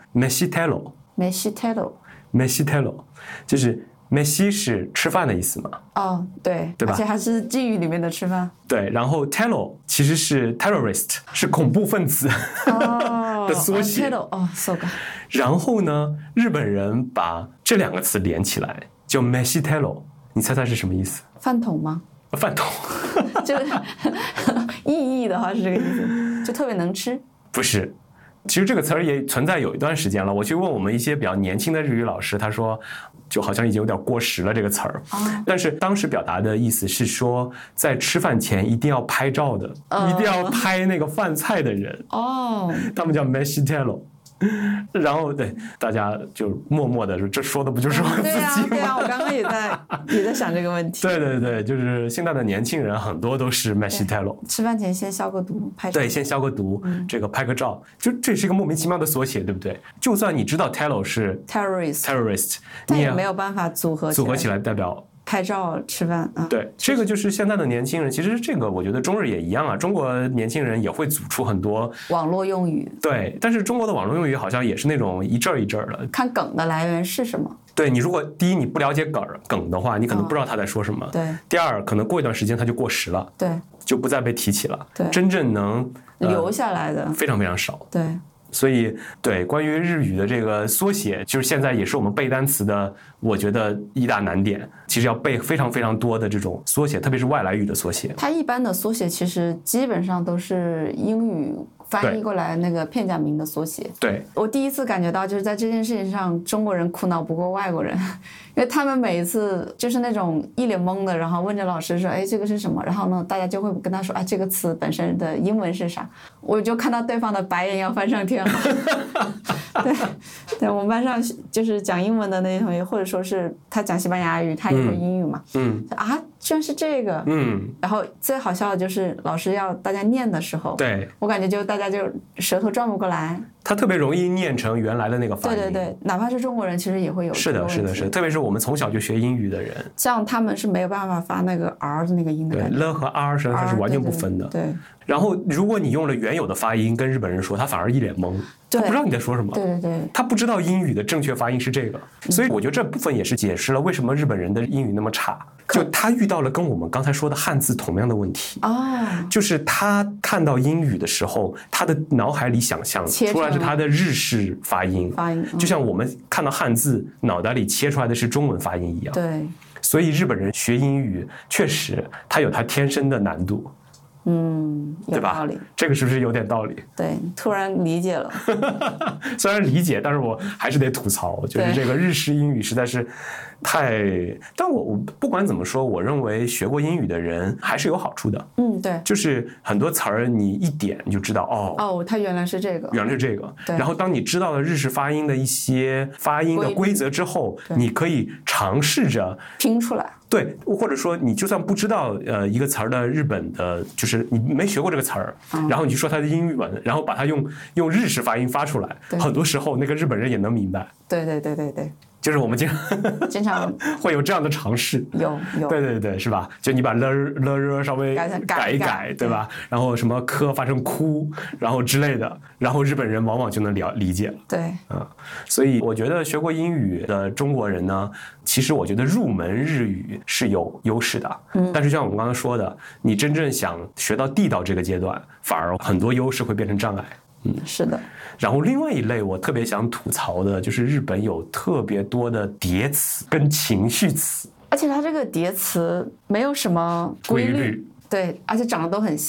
mesitelo。mesitelo 就是Messi 是吃饭的意思嘛？ 对吧？而且还是敬语里面的吃饭。 对，然后 Telo 其实是 terrorist， 是恐怖分子的缩写。 so ga。 然后呢，日本人把这两个词连起来，叫 Messi Telo， 你猜猜是什么意思？ 饭桶吗？ 饭桶。 就意义的话是这个意思，就特别能吃。 不是。其实这个词儿也存在有一段时间了。我去问我们一些比较年轻的日语老师，他说就好像已经有点过时了这个词儿。但是当时表达的意思是说，在吃饭前一定要拍照的，一定要拍那个饭菜的人。他们叫 mesitelo。然后对大家就默默的说，这说的不就是我自己吗？ 对啊，我刚刚也在想这个问题。 对，就是现在的年轻人很多都是 mesitelo。 吃饭前先消个毒，拍照。 对，先消个毒，这个拍个照，就这是一个莫名其妙的缩写，对不对？就算你知道 telo 是 terrorist， 你也没有办法组合起来代表拍照吃饭啊。 对，这个就是现在的年轻人，其实这个我觉得中日也一样啊，中国年轻人也会组出很多网络用语。 对，但是中国的网络用语好像也是那种一阵一阵的， 看梗的来源是什么。 对，你如果第一你不了解梗的话，你可能不知道他在说什么。 对。 第二，可能过一段时间他就过时了。 对。 就不再被提起了。 对。 真正能留下来的非常非常少。 对。 所以，对关于日语的这个缩写，就是现在也是我们背单词的，我觉得一大难点。其实要背非常非常多的这种缩写，特别是外来语的缩写。 它一般的缩写其实基本上都是英语翻译过来那个片假名的缩写。 对， 我第一次感觉到就是在这件事情上，中国人苦恼不过外国人，因为他们每一次就是那种一脸懵的，然后问着老师说：“哎，这个是什么？”然后呢，大家就会跟他说：“哎，这个词本身的英文是啥？”我就看到对方的白眼要翻上天了。对，我们班上就是讲英文的那些同学，或者说是他讲西班牙语，他也会英语嘛。居然是这个。然后最好笑的就是老师要大家念的时候， 对， 我感觉就大家就舌头转不过来。 他特别容易念成原来的那个发音。 对，哪怕是中国人，其实也会有。 是的，特别是我们从小就学英语的人， 像他们是没有办法发那个 R 的那个音的感觉。 对，了和 R 实际上是完全不分的。 对。 然后，如果你用了原有的发音跟日本人说，他反而一脸懵，他不知道你在说什么。 对， 他不知道英语的正确发音是这个，所以我觉得这部分也是解释了为什么日本人的英语那么差。就他遇到了跟我们刚才说的汉字同样的问题。就是他看到英语的时候，他的脑海里想象出来是他的日式发音，就像我们看到汉字脑袋里切出来的是中文发音一样。 对， 所以日本人学英语确实他有他天生的难度。对吧？这个是不是有点道理？ 对，突然理解了。 虽然理解，但是我还是得吐槽，就是这个日式英语实在是太……但我不管怎么说，我认为学过英语的人还是有好处的。 对， 就是很多词儿你一点你就知道它原来是这个， 对。然后当你知道了日式发音的一些发音的规则之后，你可以尝试着拼出来。 对，或者说你就算不知道一个词儿的日本的，就是你没学过这个词儿，然后你就说它的英文，然后把它用日式发音发出来，很多时候那个日本人也能明白。 对。 就是我们经常会有这样的尝试， 有， 对，是吧？就你把了稍微改一改，对吧？然后什么科发成哭，然后之类的，然后日本人往往就能理解了。 对， 所以我觉得学过英语的中国人呢，其实我觉得入门日语是有优势的。但是像我们刚刚说的，你真正想学到地道这个阶段，反而很多优势会变成障碍。 是的。 然后另外一类我特别想吐槽的就是日本有特别多的叠词跟情绪词， 而且它这个叠词没有什么规律。对，而且长得都很像。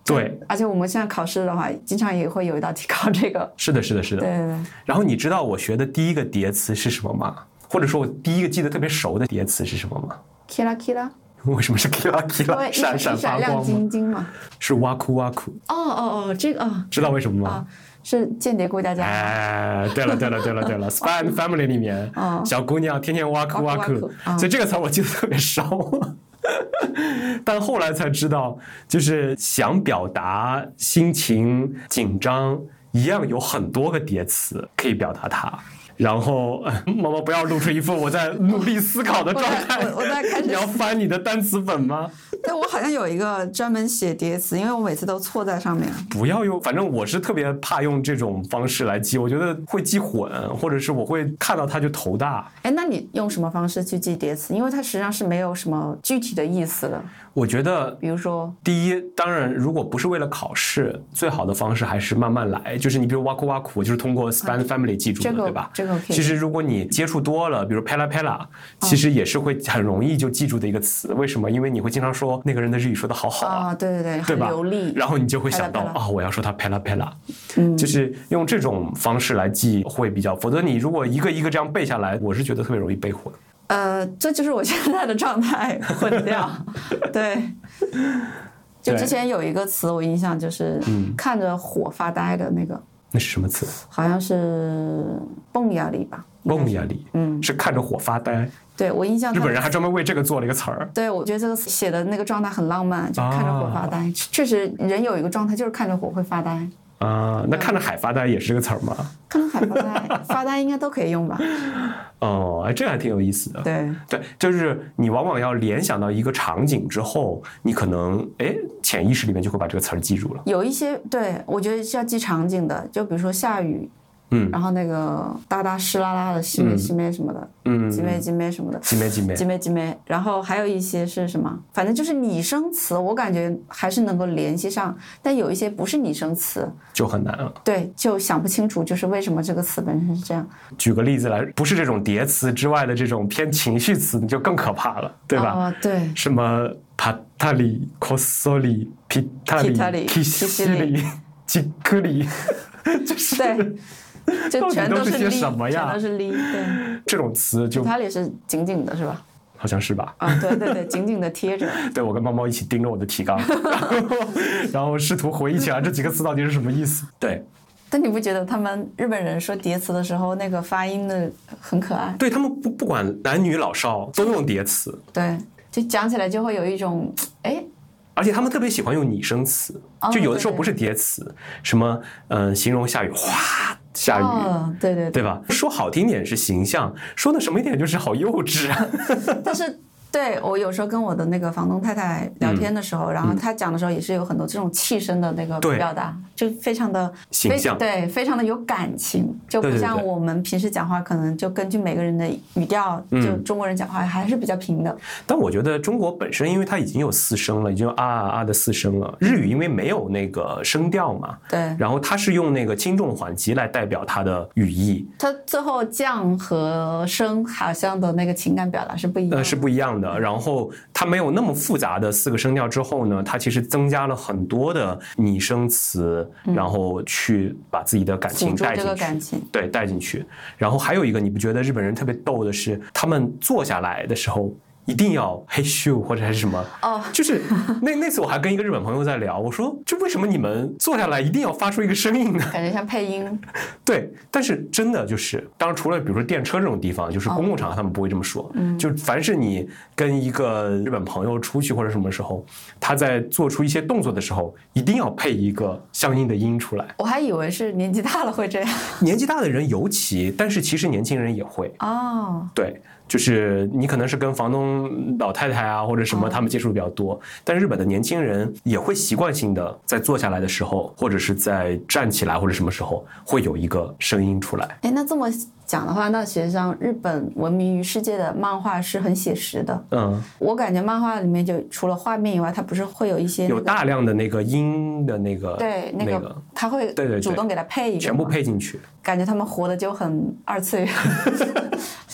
对， 而且我们现在考试的话，经常也会有一道题考这个。 是的，是的，是的。 对对对。 然后你知道我学的第一个叠词是什么吗？或者说我第一个记得特别熟的叠词是什么吗 ？Kira Kira。 为什么是 Kira Kira？ 闪闪发光亮晶晶嘛。 是哇酷哇酷。 哦，这个知道为什么吗？ 是间谍过家家。 哎，对了，Spy and Family 里面，小姑娘天天哇酷哇酷，所以这个词我记得特别熟。但后来才知道，就是想表达心情紧张一样，有很多个叠词可以表达它。然后毛毛不要露出一副我在努力思考的状态。 我在开始。 你要翻你的单词本吗？ 对，我好像有一个专门写叠词，因为我每次都错在上面。 不要用，反正我是特别怕用这种方式来记，我觉得会记混，或者是我会看到它就头大。 哎，那你用什么方式去记叠词？因为它实际上是没有什么具体的意思的。 我觉得， 比如说， 第一，当然，如果不是为了考试，最好的方式还是慢慢来。就是你比如哇酷哇酷，就是通过 Spy and Family 记住的，对吧？ 这个其实如果你接触多了，比如 Pela Pela，其实也是会很容易就记住的一个词。为什么？因为你会经常说那个人的日语说的好好啊， 对， 对吧？ 很流利。 然后你就会想到我要说他 Pela Pela，就是用这种方式来记会比较，否则你如果一个一个这样背下来，我是觉得特别容易背混。 这就是我现在的状态，混掉。对，就之前有一个词我印象就是看着火发呆的那个。 那是什么词？ 好像是蹦压力吧。 蹦压力，是看着火发呆。 对，我印象日本人还专门为这个做了一个词儿。 对，我觉得这个写的那个状态很浪漫，就看着火发呆。确实，人有一个状态就是看着火会发呆。 那看着海发呆也是这个词儿吗？ 看着海发呆，发呆应该都可以用吧？ 这还挺有意思的。 对， 就是你往往要联想到一个场景之后，你可能潜意识里面就会把这个词儿记住了。 有一些，对，我觉得是要记场景的，就比如说下雨。然后那个哒哒湿啦啦的西梅西梅什么的，吉梅吉梅什么的， 吉梅吉梅吉梅吉梅，然后还有一些是什么？反正就是拟声词，我感觉还是能够联系上，但有一些不是拟声词就很难了。 对，就想不清楚，就是为什么这个词本身是这样。 举个例子来，不是这种叠词之外的这种偏情绪词，就更可怕了，对吧？ 对。 什么帕塔里、科索里、皮塔里、基西里、吉克里，就是对。就全都是些什么呀？ 全都是 li， 对， 这种词就它也是紧紧的，是吧？ 好像是吧？ 对，紧紧的贴着。 对，我跟猫猫一起盯着我的提纲，然后试图回忆起来这几个词到底是什么意思。对。 但你不觉得他们日本人说叠词的时候，那个发音的很可爱？ 对，他们不管男女老少都用叠词。 对，就讲起来就会有一种而且他们特别喜欢用拟声词，就有的时候不是叠词，什么形容下雨哗下雨，对吧？说好听点是形象，说的什么一点就是好幼稚啊。 但是对，我有时候跟我的那个房东太太聊天的时候，然后她讲的时候也是有很多这种气声的那个表达，就非常的形象， 对，非常的有感情，就不像我们平时讲话可能就根据每个人的语调，就中国人讲话还是比较平的。 但我觉得中国本身因为它已经有四声了，已经有啊的四声了，日语因为没有那个声调嘛， 对， 然后它是用那个轻重缓急来代表它的语义， 它最后降和升好像的那个情感表达是不一样的， 是不一样的。然后它没有那么复杂的四个声调之后呢，它其实增加了很多的拟声词，然后去把自己的感情带进去，对，带进去。然后还有一个，你不觉得日本人特别逗的是，他们坐下来的时候一定要嘿咻或者还是什么就是那次我还跟一个日本朋友在聊，我说就为什么你们坐下来一定要发出一个声音呢？ 感觉像配音。 对，但是真的就是，当然除了比如说电车这种地方，就是公共场合他们不会这么说，就凡是你跟一个日本朋友出去或者什么时候，他在做出一些动作的时候，一定要配一个相应的音出来。 我还以为是年纪大了会这样， 年纪大的人尤其，但是其实年轻人也会对。就是你可能是跟房东老太太啊或者什么他们接触的比较多，但日本的年轻人也会习惯性的在坐下来的时候，或者是在站起来或者什么时候会有一个声音出来。 那这么讲的话，那实际上日本闻名于世界的漫画是很写实的。我感觉漫画里面就除了画面以外，它不是会有一些有大量的那个音的那个， 对，那个他会主动给它配一个， 全部配进去， 感觉他们活的就很二次元。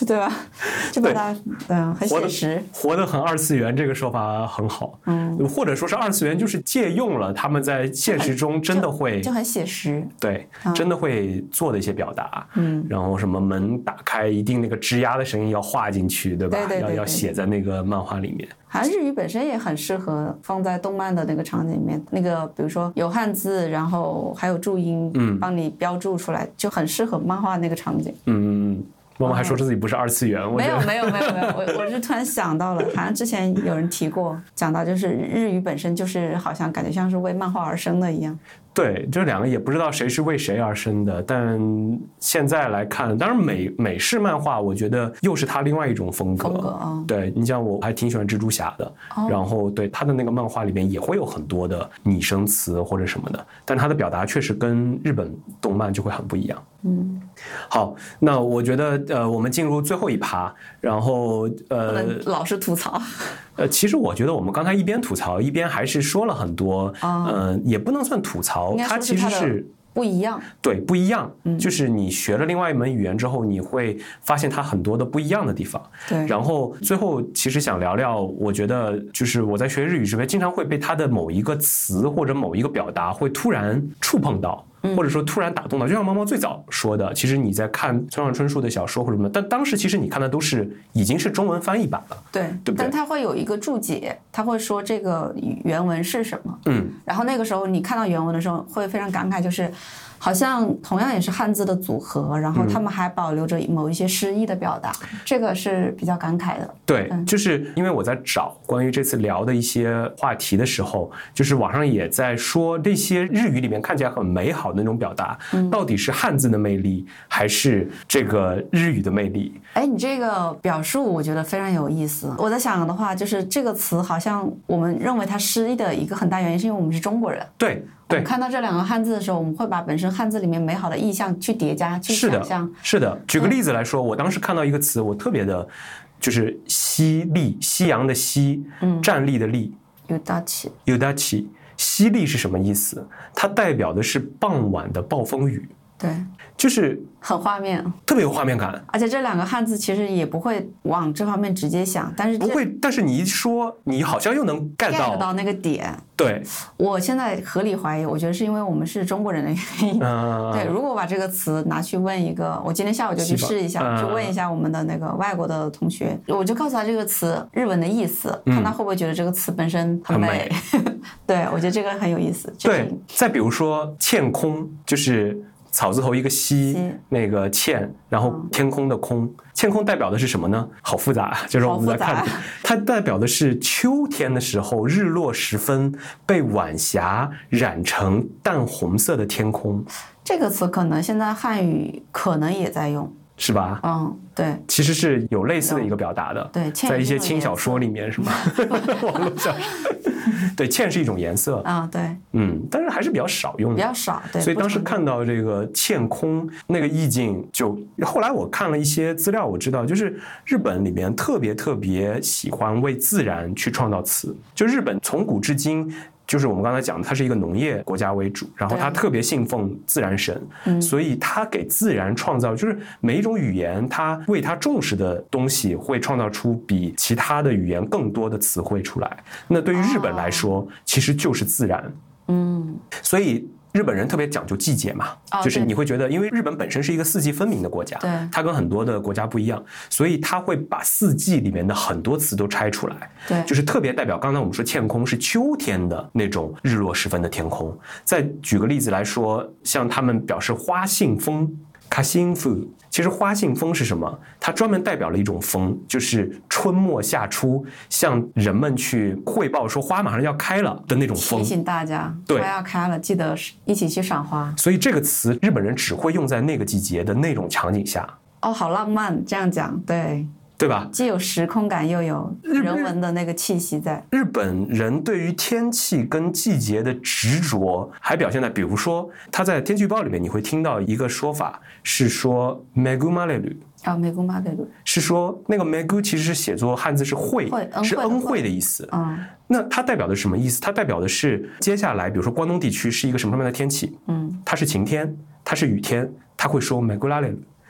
对吧？就把它很写实， 活得很二次元，这个说法很好。或者说是二次元就是借用了他们在现实中真的会就很写实， 对，真的会做的一些表达。然后什么门打开，一定那个吱呀的声音要画进去，对吧？要写在那个漫画里面。 好像日语本身也很适合放在动漫的那个场景里面，那个比如说有汉字，然后还有注音，帮你标注出来，就很适合漫画那个场景。 妈妈还说自己不是二次元， 没有，我是突然想到了，好像之前有人提过，讲到就是日语本身就是好像感觉像是为漫画而生的一样。 对，这两个也不知道谁是为谁而生的，但现在来看，当然美式漫画，我觉得又是它另外一种风格。对，你像我还挺喜欢蜘蛛侠的，然后对他的那个漫画里面也会有很多的拟声词或者什么的，但他的表达确实跟日本动漫就会很不一样。好，那我觉得我们进入最后一趴，然后不能老是吐槽。 其实我觉得我们刚才一边吐槽一边还是说了很多，也不能算吐槽，它其实是不一样。 对，不一样，就是你学了另外一门语言之后，你会发现它很多的不一样的地方。 对， 然后最后其实想聊聊，我觉得就是我在学日语时，经常会被它的某一个词或者某一个表达会突然触碰到。或者说突然打动到，就像猫猫最早说的，其实你在看村上春树的小说或者什么，但当时其实你看的都是已经是中文翻译版了， 对不对？ 但他会有一个注解，他会说这个原文是什么，然后那个时候你看到原文的时候会非常感慨，就是好像同样也是汉字的组合，然后他们还保留着某一些诗意的表达，这个是比较感慨的。 对，就是因为我在找关于这次聊的一些话题的时候，就是网上也在说这些日语里面看起来很美好的那种表达，到底是汉字的魅力还是这个日语的魅力？ 哎，你这个表述我觉得非常有意思。我在想的话，就是这个词好像我们认为它诗意的一个很大原因是因为我们是中国人。 对。 我们看到这两个汉字的时候，我们会把本身汉字里面美好的意象去叠加、去想象。 是的。举个例子来说，我当时看到一个词，我特别的，就是犀利，西洋的西，站立的立。Yudachi。犀利是什么意思？它代表的是傍晚的暴风雨。 对。 就是很画面， 特别有画面感。 而且这两个汉字其实也不会往这方面直接想，但是不会，但是你一说，你好像又能 get 到那个点。 对， 我现在合理怀疑，我觉得是因为我们是中国人的原因。对，如果我把这个词拿去问一个，我今天下午就去试一下，去问一下我们的那个外国的同学，我就告诉他这个词日文的意思，看他会不会觉得这个词本身很美。对，我觉得这个很有意思。 对，再比如说欠空，就是草字头一个西，那个欠，然后天空的空，欠空代表的是什么呢？好复杂，就是我们在看，它代表的是秋天的时候，日落时分被晚霞染成淡红色的天空。 这个词可能现在汉语可能也在用， 是吧？ 对， 其实是有类似的一个表达的。 对， 在一些轻小说里面是吗？网络小说。对，茜是一种颜色对， 但是还是比较少用的， 比较少。对， 所以当时看到这个茜空那个意境，就后来我看了一些资料，我知道就是日本里面特别喜欢为自然去创造词，就日本从古至今。就是我们刚才讲的，它是一个农业国家为主，然后它特别信奉自然神，所以它给自然创造，就是每一种语言，它为它重视的东西，会创造出比其他的语言更多的词汇出来。那对于日本来说，其实就是自然。所以日本人特别讲究季节嘛，就是你会觉得，因为日本本身是一个四季分明的国家，它跟很多的国家不一样，所以它会把四季里面的很多词都拆出来， 对， 就是特别代表。刚才我们说茜空是秋天的那种日落时分的天空。再举个例子来说，像他们表示花信风，卡辛夫。其实花信风是什么？它专门代表了一种风，就是春末夏初向人们去汇报说花马上要开了的那种风， 提醒大家花要开了，记得一起去赏花。 所以这个词日本人只会用在那个季节的那种场景下。 好浪漫，这样讲对吧？既有时空感，又有人文的那个气息在。日本人对于天气跟季节的执着，还表现在，比如说他在天气预报里面，你会听到一个说法是说 “megu mareru”。 megu mareru 是说那个 megu 其实是写作汉字是惠，是恩惠的意思。那它代表的是什么意思？它代表的是接下来，比如说关东地区是一个什么样的天气？它是晴天，它是雨天，它会说 megu mareru。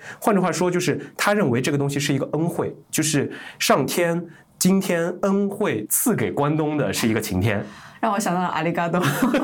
换句话说，就是他认为这个东西是一个恩惠，就是上天今天恩惠赐给关东的是一个晴天， 让我想到了阿里嘎多。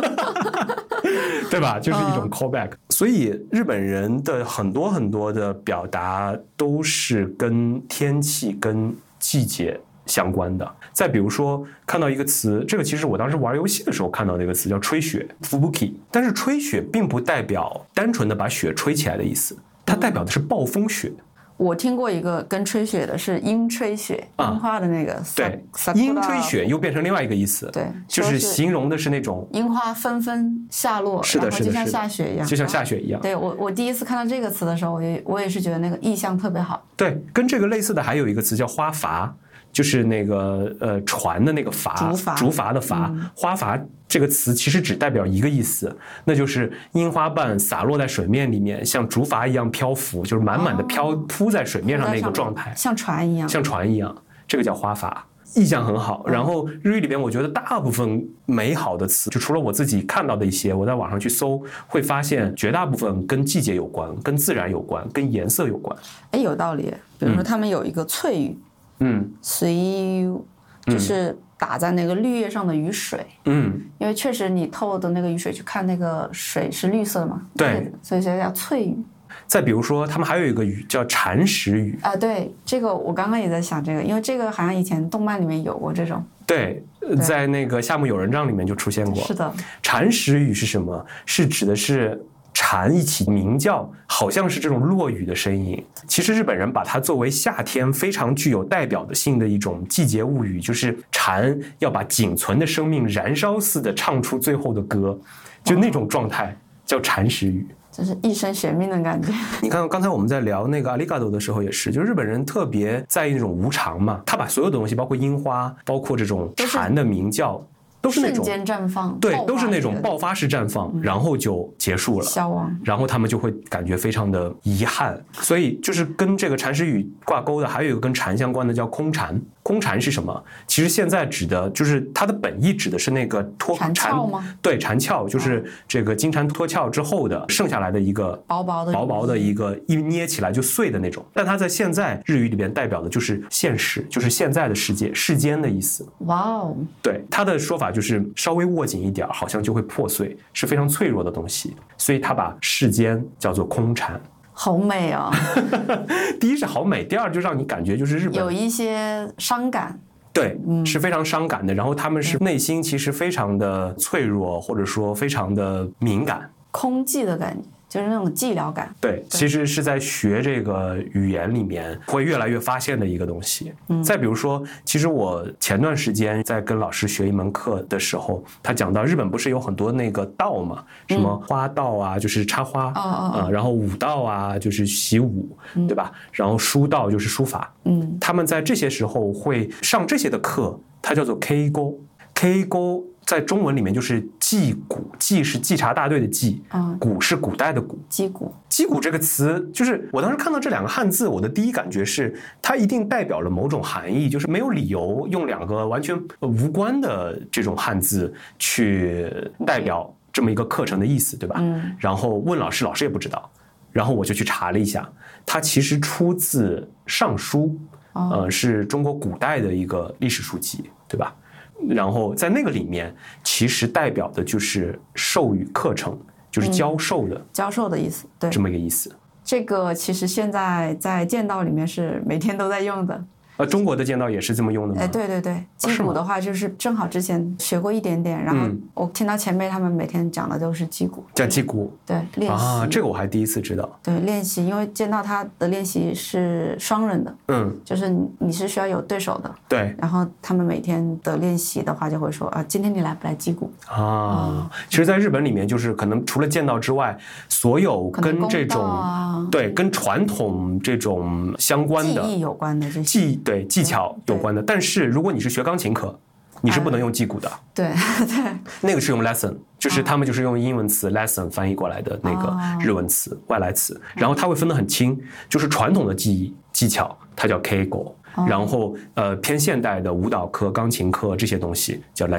对吧？就是一种 callback。所以日本人的很多的表达都是跟天气、跟季节相关的。再比如说，看到一个词，这个其实我当时玩游戏的时候看到的一个词叫吹雪 （fubuki）， 但是吹雪并不代表单纯的把雪吹起来的意思，它代表的是暴风雪。 我听过一个跟吹雪的是樱吹雪，樱花的那个。 对，樱吹雪又变成另外一个意思。 对， 就是形容的是那种樱花纷纷下落， 是的， 就像下雪一样， 就像下雪一样。 对，我第一次看到这个词的时候，我也是觉得那个意象特别好。 对，跟这个类似的还有一个词叫花筏。就是那个船的那个筏，竹筏的筏，花筏这个词其实只代表一个意思，那就是樱花瓣洒落在水面里面，像竹筏一样漂浮，就是满满的铺在水面上那个状态， 像船一样， 像船一样，这个叫花筏。意象很好。然后日语里边，我觉得大部分美好的词，就除了我自己看到的一些，我在网上去搜，会发现绝大部分跟季节有关，跟自然有关，跟颜色有关。 哎，有道理。比如说他们有一个翠雨。随就是打在那个绿叶上的雨水，因为确实你透的那个雨水去看那个水是绿色的嘛， 对， 所以叫翠雨。 再比如说，他们还有一个雨叫蚕食雨啊，对，这个我刚刚也在想这个，因为这个好像以前动漫里面有过这种。 对，在那个夏目友人帐里面就出现过。 是的， 蚕食雨是什么？是指的是蝉一起鸣叫，好像是这种落雨的声音。其实日本人把它作为夏天非常具有代表性的一种季节物语，就是蝉要把仅存的生命燃烧似的唱出最后的歌，就那种状态叫蚕食雨。 就是一生悬命的感觉。 你看刚才我们在聊那个阿里嘎多的时候也是，就日本人特别在意那种无常嘛，他把所有的东西，包括樱花，包括这种蝉的鸣叫，都是那种瞬间绽放， 对，都是那种爆发式绽放，然后就结束了， 消亡， 然后他们就会感觉非常的遗憾。所以就是跟这个蚕食雨挂钩的，还有一个跟蝉相关的叫空蝉。空蝉是什么？其实现在指的就是它的本意指的是那个蝉鞘吗？ 对，蝉鞘就是这个金蝉脱壳之后的剩下来的一个薄薄的一个一捏起来就碎的那种。但它在现在日语里边代表的就是现实，就是现在的世界，世间的意思。 哇哦！ 对，它的说法就是稍微握紧一点，好像就会破碎，是非常脆弱的东西。所以他把世间叫做空蝉。 好美啊！ 第一是好美，第二就让你感觉就是日本有一些伤感， 对，是非常伤感的。然后他们是内心其实非常的脆弱，或者说非常的敏感， 空寂的感觉。就是那种寂寥感。 对，其实是在学这个语言里面会越来越发现的一个东西。再比如说，其实我前段时间在跟老师学一门课的时候，他讲到日本不是有很多那个道嘛，什么花道啊，就是插花然后武道啊，就是习武，对吧？然后书道就是书法。他们在这些时候会上这些的课，它叫做 K 勾 K 勾。在中文里面就是祭古，祭是稽查大队的祭，古是古代的古。 击鼓， 击鼓这个词，就是我当时看到这两个汉字，我的第一感觉是，它一定代表了某种含义，就是没有理由用两个完全无关的这种汉字去代表这么一个课程的意思，对吧？然后问老师，老师也不知道，然后我就去查了一下，它其实出自《尚书》，是中国古代的一个历史书籍，对吧？然后在那个里面，其实代表的就是授予课程，就是教授的意思，对， 这么一个意思。 这个其实现在在剑道里面是每天都在用的。 中国的剑道也是这么用的吗？ 对对对，击鼓的话就是正好之前学过一点点，然后我听到前辈他们每天讲的都是击鼓， 叫击鼓， 对，练习这个我还第一次知道。 对，练习，因为剑道它的练习是双人的，就是你是需要有对手的， 对， 然后他们每天的练习的话就会说今天你来不来击鼓其实在日本里面就是可能除了剑道之外，所有跟这种对跟传统这种相关的技艺有关的这些对技巧有关的，但是如果你是学钢琴课，你是不能用击鼓的。 对对， 那个是用 lesson， 就是他们就是用英文词 lesson 翻译过来的那个日文词外来词，然后它会分得很清，就是传统的技巧它叫 keigo，然后偏现代的舞蹈课、钢琴课这些东西叫 lesson。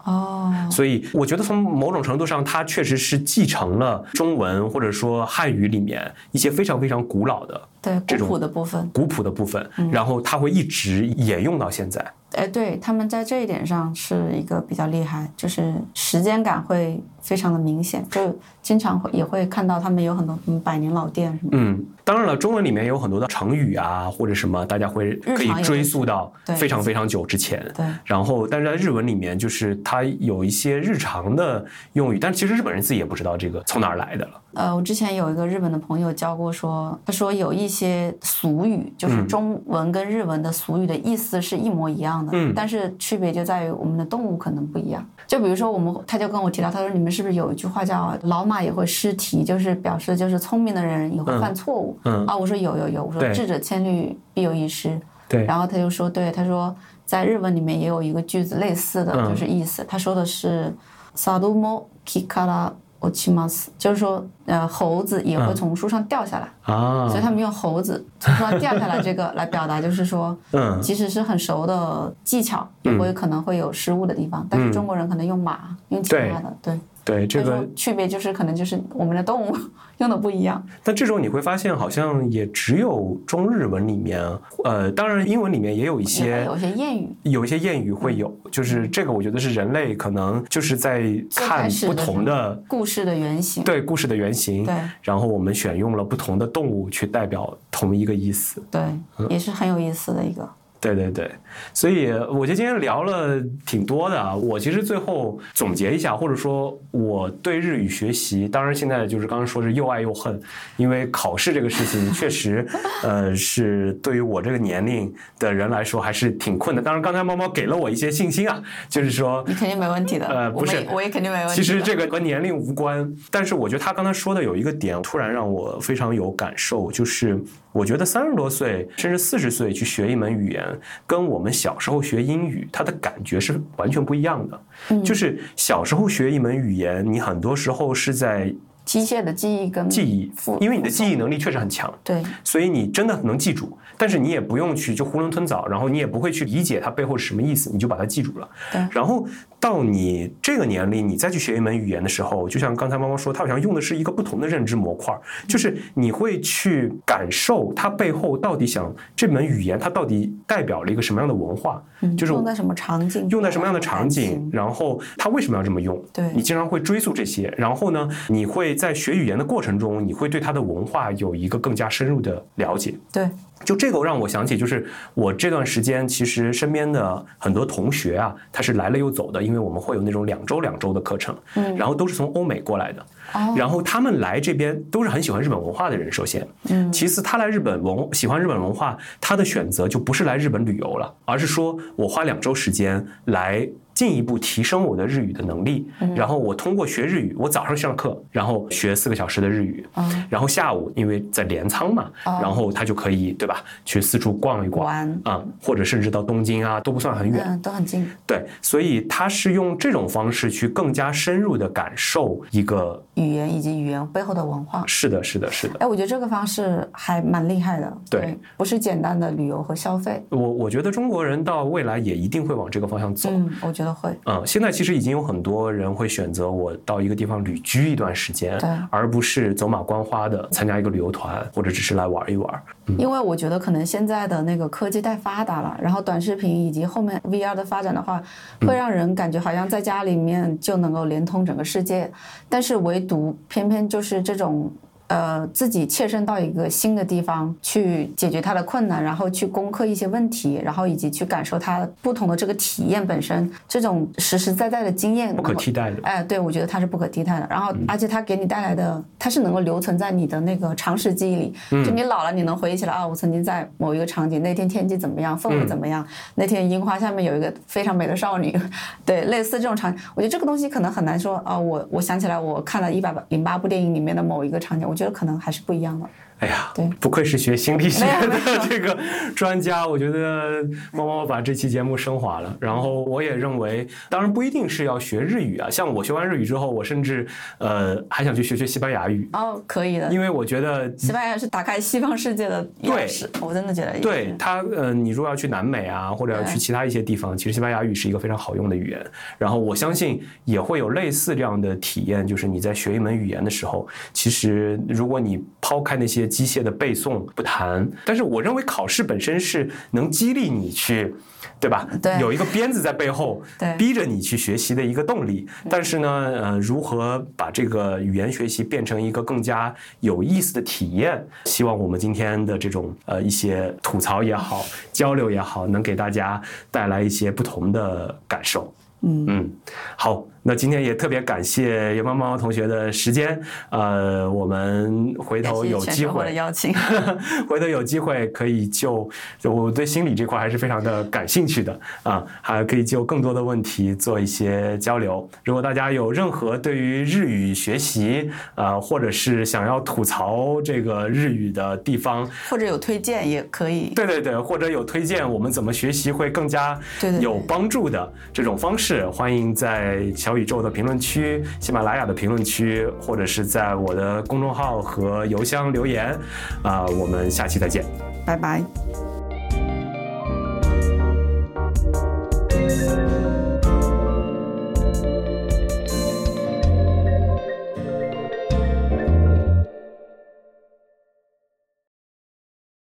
所以我觉得从某种程度上，它确实是继承了中文或者说汉语里面一些非常非常古老的对古朴的部分， 然后它会一直沿用到现在。 对，他们在这一点上是一个比较厉害，就是时间感会非常的明显，就经常也会看到他们有很多百年老店什么。 当然了，中文里面有很多的成语啊或者什么，大家可以追溯到非常非常久之前。 对， 然后但是在日文里面，就是它有一些日常的用语，但其实日本人自己也不知道这个从哪儿来的了。 我之前有一个日本的朋友教过说，他说有一些俗语，就是中文跟日文的俗语的意思是一模一样的，但是区别就在于我们的动物可能不一样。就比如说他就跟我提到，他说你们是不是有一句话叫老马也会失蹄，就是表示就是聪明的人也会犯错误。我说有，我说智者千虑必有一失。 对， 然后他就说，对，他说在日文里面也有一个句子类似的，就是意思，他说的是サルも木から落ちます，就是说猴子也会从树上掉下来所以他们用猴子从树上掉下来这个来表达，就是说即使是很熟的技巧也会可能会有失误的地方，但是中国人可能用马用其他的。 对，这个区别就是可能就是我们的动物用的不一样。 但这种你会发现好像也只有中日文里面当然英文里面也有一些谚语会有，就是这个我觉得是人类可能就是在看不同的故事的原型， 对故事的原型， 对， 然后我们选用了不同的动物去代表同一个意思， 对，也是很有意思的一个。 对，所以我觉得今天聊了挺多的啊。我其实最后总结一下，或者说我对日语学习，当然现在就是刚刚说是又爱又恨，因为考试这个事情确实是对于我这个年龄的人来说还是挺困难。当然刚才猫猫给了我一些信心啊，就是说你肯定没问题的。 不是， 我也肯定没问题的。 其实这个和年龄无关，但是我觉得他刚才说的有一个点突然让我非常有感受，就是我觉得30多岁甚至40岁去学一门语言，跟我们小时候学英语，它的感觉是完全不一样的。就是小时候学一门语言，你很多时候是在机械的记忆跟记忆，因为你的记忆能力确实很强， 对， 所以你真的能记住，但是你也不用去就囫囵吞枣，然后你也不会去理解它背后是什么意思，你就把它记住了。 对， 然后到你这个年龄，你再去学一门语言的时候，就像刚才猫猫说，它好像用的是一个不同的认知模块，就是你会去感受它背后到底这门语言它到底代表了一个什么样的文化，就是用在什么场景， 用在什么样的场景，然后它为什么要这么用， 对， 你经常会追溯这些，然后呢，你会在学语言的过程中，你会对它的文化有一个更加深入的了解。 对， 就这个让我想起，就是我这段时间其实身边的很多同学啊，他是来了又走的，因为我们会有那种2周的课程，然后都是从欧美过来的，然后他们来这边都是很喜欢日本文化的人，首先，其次他来日本喜欢日本文化，他的选择就不是来日本旅游了，而是说我花2周时间来进一步提升我的日语的能力，然后我通过学日语，我早上上课，然后学4个小时的日语，然后下午因为在镰仓嘛，然后他就可以对吧，去四处逛一逛或者甚至到东京啊，都不算很远， 都很近。 对，所以他是用这种方式去更加深入的感受一个语言以及语言背后的文化。 是的。 我觉得这个方式还蛮厉害的，对，不是简单的旅游和消费。 我觉得中国人到未来也一定会往这个方向走。 我觉得会。 现在其实已经有很多人会选择我到一个地方旅居一段时间， 对， 而不是走马观花的参加一个旅游团，或者只是来玩一玩。 因为我觉得可能现在的那个科技太发达了，然后短视频以及后面 VR 的发展的话，会让人感觉好像在家里面就能够连通整个世界，但是唯独偏偏就是这种自己切身到一个新的地方去解决它的困难，然后去攻克一些问题，然后以及去感受它不同的这个体验本身，这种实实在在的经验不可替代的。 对，我觉得它是不可替代的。然后而且它给你带来的，它是能够留存在你的那个常识记忆里，就你老了你能回忆起来我曾经在某一个场景，那天天气怎么样，氛围怎么样，那天樱花下面有一个非常美的少女，对，类似这种场景，我觉得这个东西可能很难说我想起来我看了108部电影里面的某一个场景，我觉得可能还是不一样的。 哎呀，不愧是学心理学的这个专家，我觉得猫猫把这期节目升华了。然后我也认为，当然不一定是要学日语啊，像我学完日语之后，我甚至还想去学西班牙语。 哦，可以的， 因为我觉得西班牙是打开西方世界的钥匙，我真的觉得对它你如果要去南美啊，或者要去其他一些地方，其实西班牙语是一个非常好用的语言。然后我相信也会有类似这样的体验，就是你在学一门语言的时候，其实如果你抛开那些机械的背诵不谈，但是我认为考试本身是能激励你去，对吧？ 对， 有一个鞭子在背后逼着你去学习的一个动力。但是呢，如何把这个语言学习变成一个更加有意思的体验？希望我们今天的这种一些吐槽也好，交流也好，能给大家带来一些不同的感受。好，那今天也特别感谢袁猫猫同学的时间，我们回头有机会的邀请， 回头有机会可以就我对心理这块还是非常的感兴趣的啊，还可以就更多的问题做一些交流。如果大家有任何对于日语学习或者是想要吐槽这个日语的地方， 或者有推荐也可以， 对，或者有推荐我们怎么学习会更加有帮助的这种方式，欢迎在小宇宙的评论区、喜马拉雅的评论区，或者是在我的公众号和邮箱留言。我们下期再见， 拜拜。